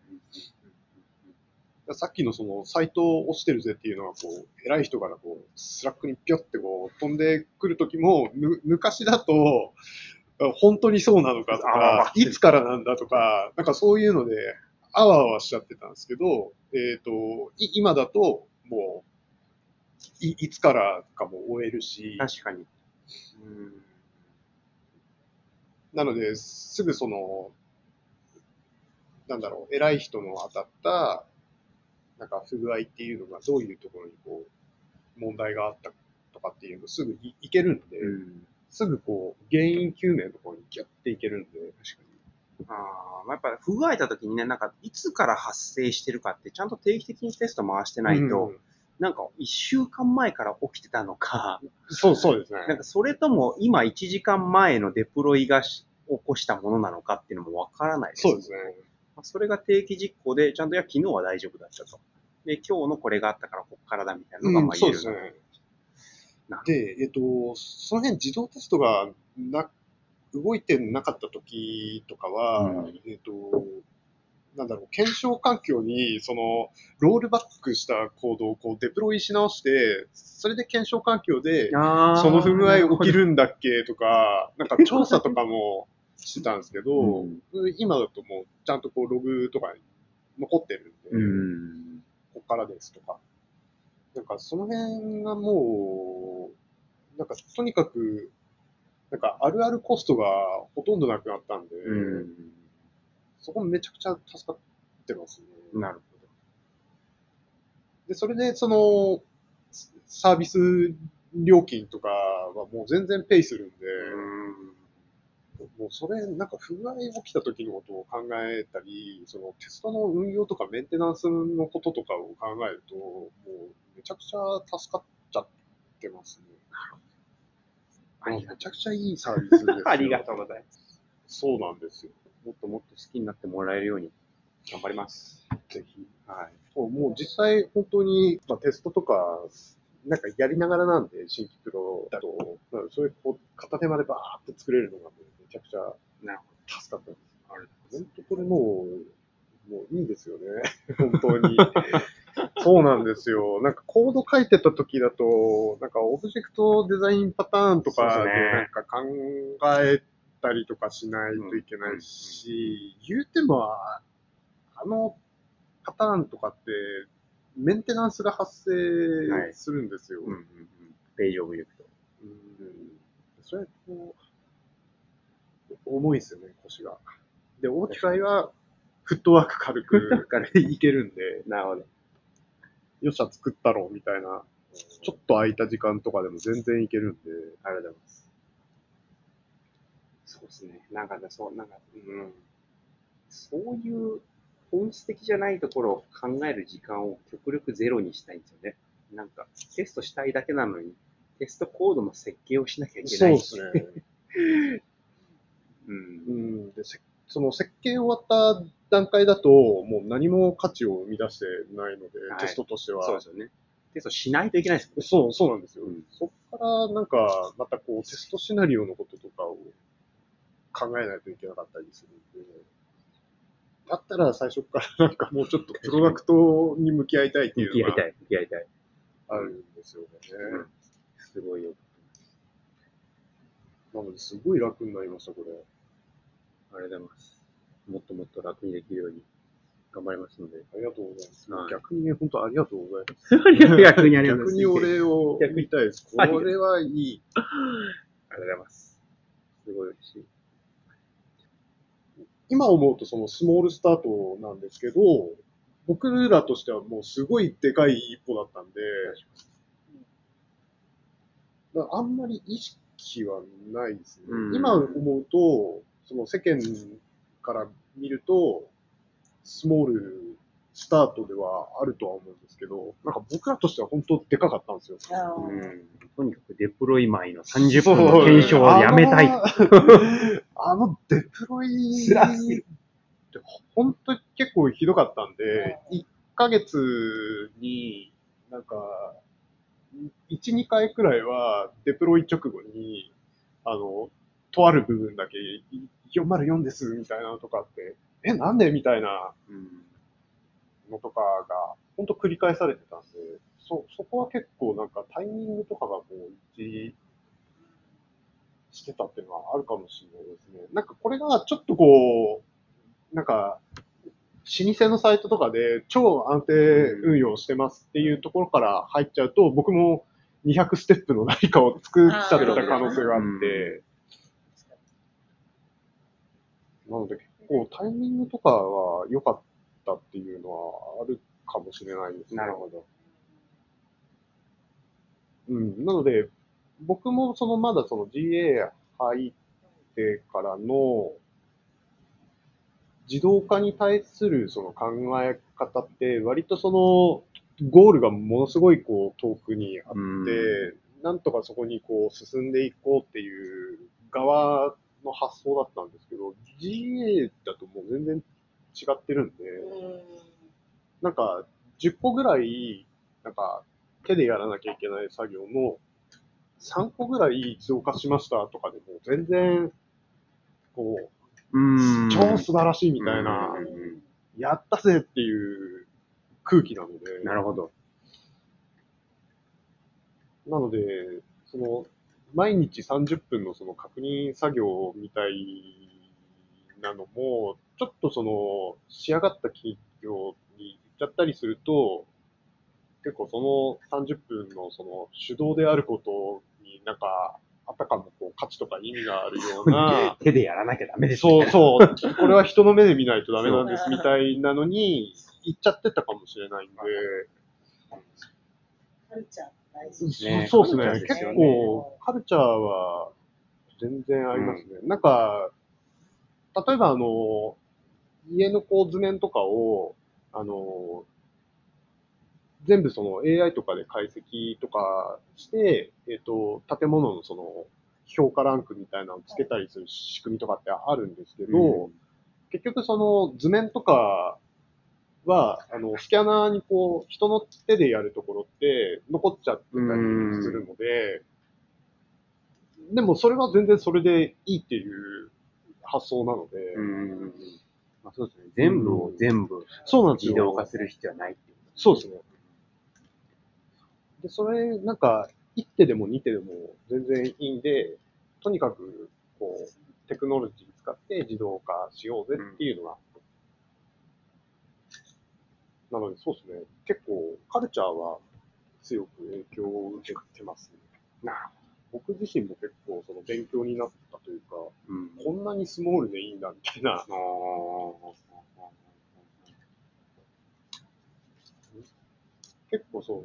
さっきのそのサイト落ちてるぜっていうのはこう、偉い人からこう、スラックにピョってこう飛んでくるときも、む、昔だと、本当にそうなのかとか、いつからなんだとか、なんかそういうので、あわあわしちゃってたんですけど、えっと、今だと、もう、い、いつからかも追えるし、 確かに。 うん、なので、すぐその、なんだろう、偉い人の当たった、なんか不具合っていうのがどういうところにこう、問題があったとかっていうのすぐいいけるんで、うん、すぐこう、原因究明のところにギャっていけるんで、確かに。 ああ、やっぱり不具合た時にね、なんかいつから発生してるかってちゃんと定期的にテスト回してないと、うん、なんかいっしゅうかんまえから起きてたのか、 そうそうですね。 なんかそれとも今いちじかんまえのデプロイが起こしたものなのかっていうのもわからないですね。 そうですね。 それが定期実行で、ちゃんといや昨日は大丈夫だったと。で、今日のこれがあったからこっからだみたいなのがまあ言える、うん、 そうですね。で、えっと、その辺自動テストがな、動いてなかった時とかは、うん、えっと、なんだろう、検証環境に、その、ロールバックしたコードをこうデプロイし直して、それで検証環境で、その不具合起きるんだっけとか、なんか調査とかもしてたんですけど、うん、今だともうちゃんとこうログとかに残ってるんで、うん、こっからですとか。なんかその辺がもう、なんかとにかく、なんかあるあるコストがほとんどなくなったんで、うん、そこめちゃくちゃ助かってますね。 なるほで、それでその、サービス料金とかはもう全然ペイするんで、もうそれ、なんか不具合起きた時のことを考えたり、そのテストの運用とかメンテナンスのこととかを考えると、もうめちゃくちゃ助かっちゃってますね。めちゃくちゃいいサービスですよ。 ありがとうございます。 そうなんですよ。 もっともっと好きになってもらえるように頑張ります。 ぜひ。はい。そうもう実際本当に、まあ、テストとか、なんかやりながらなんで、新規プロだと、それこう片手間でバーって作れるのがめちゃくちゃ助かったんです。あれ本当これもう、もういいですよね。本当に。そうなんですよ。なんかコード書いてた時だと、なんかオブジェクトデザインパターンとかでなんか考えたりとかしないといけないし、言うても、あのパターンとかってメンテナンスが発生するんですよ。 はいうんうんうん、ページオブジェクト。 うん、それこう、重いですよね、腰が。で、オーティファイはフットワーク軽くいけるんで、 なるほど。 よっしゃ作ったろうみたいな、ちょっと空いた時間とかでも全然いけるんで、 ありがとうございます。そうですね。なんかね、そう、なんか、うん。そういう本質的じゃないところを考える時間を極力ゼロにしたいんですよね。なんか、テストしたいだけなのに、テストコードの設計をしなきゃいけない。 そうですね。 うん。 うんでせその設計終わった段階だと、もう何も価値を生み出してないので、 はいテストとしては。 そうですよね。テストしないといけないですもんね。 そう、そうなんですよ。 うんそこからなんか、またこう、テストシナリオのこととかを考えないといけなかったりするんで、だったら最初からなんかもうちょっとプロダクトに向き合いたいっていうのが向き合いたい、向き合いたい。 あるんですよね。 うんすごいよ。 なので、すごい楽になりました、これ。 ありがとうございます。もっともっと楽にできるように頑張りますので。 ありがとうございます。 はい逆にね、本当ありがとうございます。 逆にありがとうご逆にざいます。 お礼を言いたいです。これはいい。 ありがとうございます。すごい嬉しい。 今思うとそのスモールスタートなんですけど、僕らとしてはもうすごいでかい一歩だったんで、だからあんまり意識はないですね。 うん今思うと、その世間から見ると、スモールスタートではあるとは思うんですけど、なんか僕らとしては本当でかかったんですよ。 うん、とにかくデプロイ前のさんじゅっぷんの検証をやめたい。 あのあのデプロイ辛すぎるって本当に結構ひどかったんで、いっかげつになんかいち、にかいくらいはデプロイ直後に、あの、とある部分だけよんまるよんですみたいなのとかって、え、なんでみたいなのとかが本当繰り返されてたんで、そ、そこは結構なんかタイミングとかがこう一致してたっていうのはあるかもしれないですね。なんかこれがちょっとこう、なんか、老舗のサイトとかで超安定運用してますっていうところから入っちゃうと、僕もにひゃくステップの何かを作っちゃってた可能性があって、なので結構タイミングとかは良かったっていうのはあるかもしれないですね。 なるほど。 うん。なので、僕もそのまだその ジーエー 入ってからの自動化に対するその考え方って割とそのゴールがものすごいこう遠くにあって、なんとかそこにこう進んでいこうっていう側の発想だったんですけど、ジーエー だともう全然違ってるんで、なんかじゅっこぐらい、なんか手でやらなきゃいけない作業のさんこぐらい自動化しましたとかでも全然、こう、 うん超素晴らしいみたいな、やったぜっていう空気なので、 なるほど。 なので、その、毎日さんじゅっぷんのその確認作業みたいなのも、ちょっとその、仕上がった企業に行っちゃったりすると、結構そのさんじゅっぷんのその手動であることになんか、あたかもこう価値とか意味があるような、 手でやらなきゃダメですそうそう、これは人の目で見ないとダメなんですみたいなのに行っちゃってたかもしれないんで、 カルチャー大事ですねそうですね。 カルチャーです結よね構、カルチャーは全然ありますね。なんか、例えばあの、家のこう図面とかを、あの、全部その エーアイ とかで解析とかして、えっ、と、建物のその評価ランクみたいなのをつけたりする仕組みとかってあるんですけど、 うん結局その図面とかは、あの、スキャナーにこう、人の手でやるところって残っちゃってたりするので、でもそれは全然それでいいっていう発想なので、 うんまあ、そうですね。全部を全部そうなんですよ。 自動化する必要はないっていう。 そうですね。で、それ、なんか、いってでもにてでも全然いいんで、とにかく、こう、テクノロジー使って自動化しようぜっていうのが、なのでそうですね。結構、カルチャーは強く影響を受けてますね。 なる僕自身も結構その勉強になったというか、 ほど。うん。 こんなにスモールでいいんだみたいな。 あー結構そう、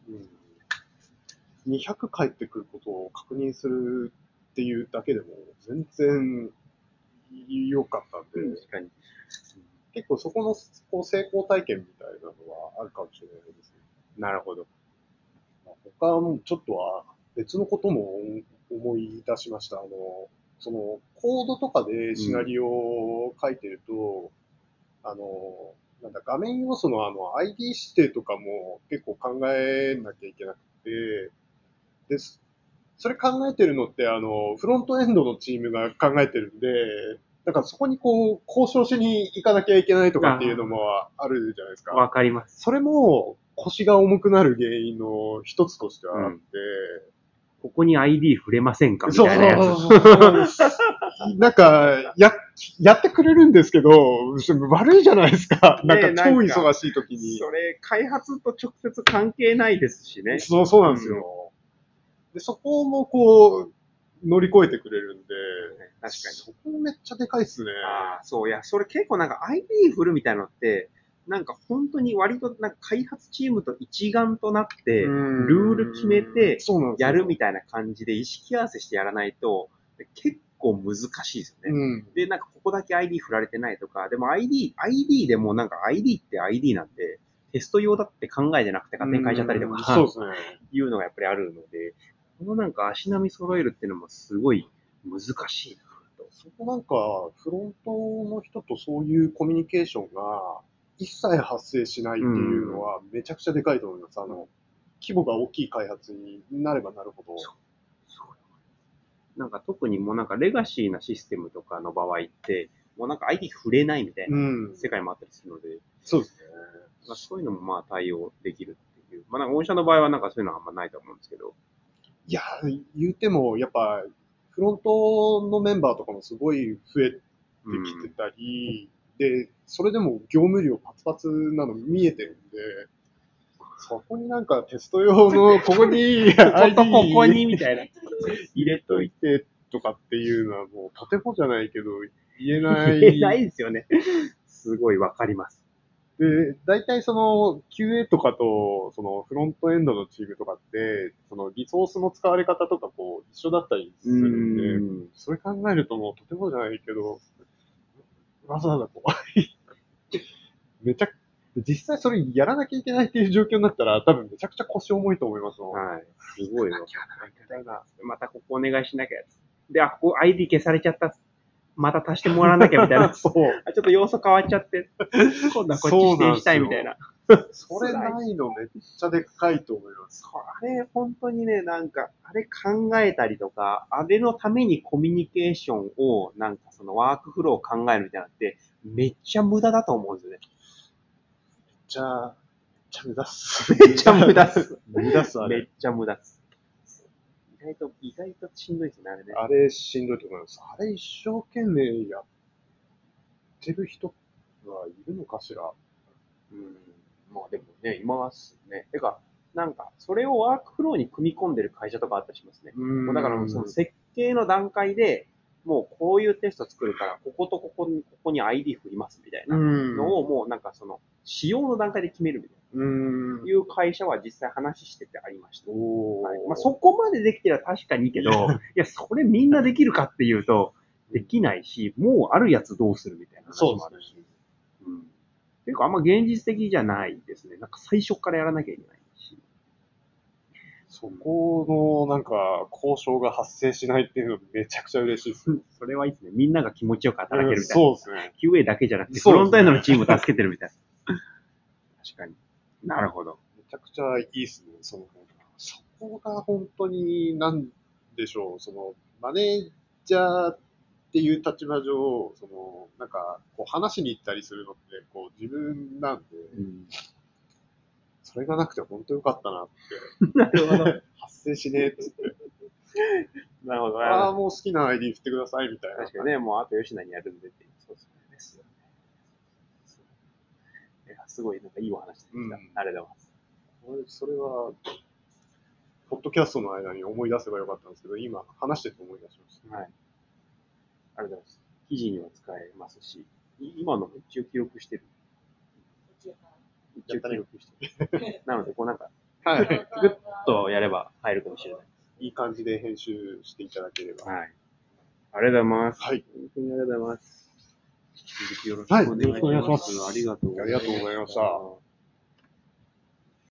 うん、にひゃく返ってくることを確認するっていうだけでも全然良かったんで、 確かに。 結構そこのこう成功体験みたいなのはあるかもしれないですね。 なるほど。 他もちょっとは別のことも思い出しました。あの、そのコードとかでシナリオを書いてると、あの、なんだ、画面要素のあの アイディー 指定とかも結構考えなきゃいけなくて、で、それ考えてるのって、あの、フロントエンドのチームが考えてるんで、だからそこにこう、交渉しに行かなきゃいけないとかっていうのもあるじゃないですか。 わかります。 それも腰が重くなる原因の一つとしてはあって、 ここに アイディー 触れませんかみそうたいなやつ。 そうそうそうなんか、や、やってくれるんですけど、悪いじゃないですか。なんかね超忙しい時に。 それ、開発と直接関係ないですしね。 そう、そうなんですよ。で、そこもこう、乗り越えてくれるんで、 確かに。 そこめっちゃでかいっすね。 ああ、そう、いや、それ結構なんか アイディー 振るみたいなのって、なんか本当に割となんか開発チームと一丸となって、ルール決めてやるみたいな感じで意識合わせしてやらないと、結構難しいですよね。 うん、 で、なんかここだけ アイディー 振られてないとか、でも アイディー、アイディー でもなんか アイディー って アイディー なんで、テスト用だって考えてなくて勝手に変えちゃったりとか、 そうですね。 いうのがやっぱりあるので、このなんか足並み揃えるっていうのもすごい難しいなと。 そこなんか、フロントの人とそういうコミュニケーションが一切発生しないっていうのはめちゃくちゃでかいと思います。あの、規模が大きい開発になればなるほど。 なんか特にもうなんかレガシーなシステムとかの場合って、もうなんか アイディー 触れないみたいな世界もあったりするので、うん、 そうですね。 まあ、そういうのもまあ対応できるっていう。まあなんか御社の場合はなんかそういうのはあんまないと思うんですけど。 いや、言うても、やっぱ、フロントのメンバーとかもすごい増えてきてたり、うん、で、それでも業務量パツパツなの見えてるんで、そこになんかテスト用のここに アイディーここにみたいな入れといてとかっていうのはもうとてもじゃないけど言えない。 言えないですよね。すごいわかります。 で、大体その キューエー とかとそのフロントエンドのチームとかって、そのリソースの使われ方とかこう一緒だったりするんで、んそれ考えるともうとてもじゃないけど、わざわざこう、めちゃ実際それやらなきゃいけないっていう状況になったら、多分めちゃくちゃ腰重いと思いますもん。 はい。すごいわ。またここお願いしなきゃ。で、あ、ここ アイディー 消されちゃった。また足してもらわなきゃみたいな。 そう。 あちょっと要素変わっちゃって、今度はこっち指定したいみたいな。 それないのめっちゃでかいと思います。 あれ、本当にね、なんか、あれ考えたりとか、あれのためにコミュニケーションを、なんかそのワークフローを考えるみたいなのって、めっちゃ無駄だと思うんですよね。 めっちゃ、めっちゃ無駄っす。 めっちゃ無駄っす。 無駄っす、あれ。 めっちゃ無駄っす。意外と、意外としんどいですね、あれね。 あれしんどいと思います。あれ一生懸命やってる人はいるのかしら。 うん。まあでもね、いますね。てか、なんか、それをワークフローに組み込んでる会社とかあったりしますね。 うんだから、その設計の段階で、 もうこういうテスト作るから、こことここに、ここに アイディー 振りますみたいなのを、もうなんかその、仕様の段階で決めるみたいな。 うん。 いう会社は実際話しててありました。 おはいまあ、そこまでできてるは確かにいいけど、いや、それみんなできるかっていうと、できないし、もうあるやつどうするみたいな話もあるし。うん。っていうか、あんま現実的じゃないですね。なんか最初からやらなきゃいけないし。 そこのなんか交渉が発生しないっていうのめちゃくちゃ嬉しいですね。 それはいいですね。みんなが気持ちよく働けるみたいな。 そうですね。 キューエー だけじゃなくて、フそうですねロントエンドのチームを助けてるみたいな。確かに。なるほど。 めちゃくちゃいいですね、その辺が。そこが本当に、なんでしょう、その、マネージャーっていう立場上、その、なんか、こう話しに行ったりするのって、こう自分なんで、 うん、 それがなくて本当よかったなって。 なるほど。 発生しねえっつって。 なるほど。 ああ、もう好きな アイディー 振ってくださいみたいな。 確かにね、もうあと吉野にやるんでっていう。そうですよね。いやすごい、なんかいいお話でした。 うんありがとうございます。 俺それは、ポッドキャストの間に思い出せばよかったんですけど、今話してて思い出しました。 はい。ありがとうございます。記事には使えますし、い今の一応記録してる。一応記録してる。なので、こうなんか、 はい。 グッとやれば入るかもしれない。 いい感じで編集していただければ。 はい。ありがとうございます。 はい。 本当にありがとうございます。よろしくはいお願いします。 よろしくお願いしますありがとうございました。 ありがとうございました。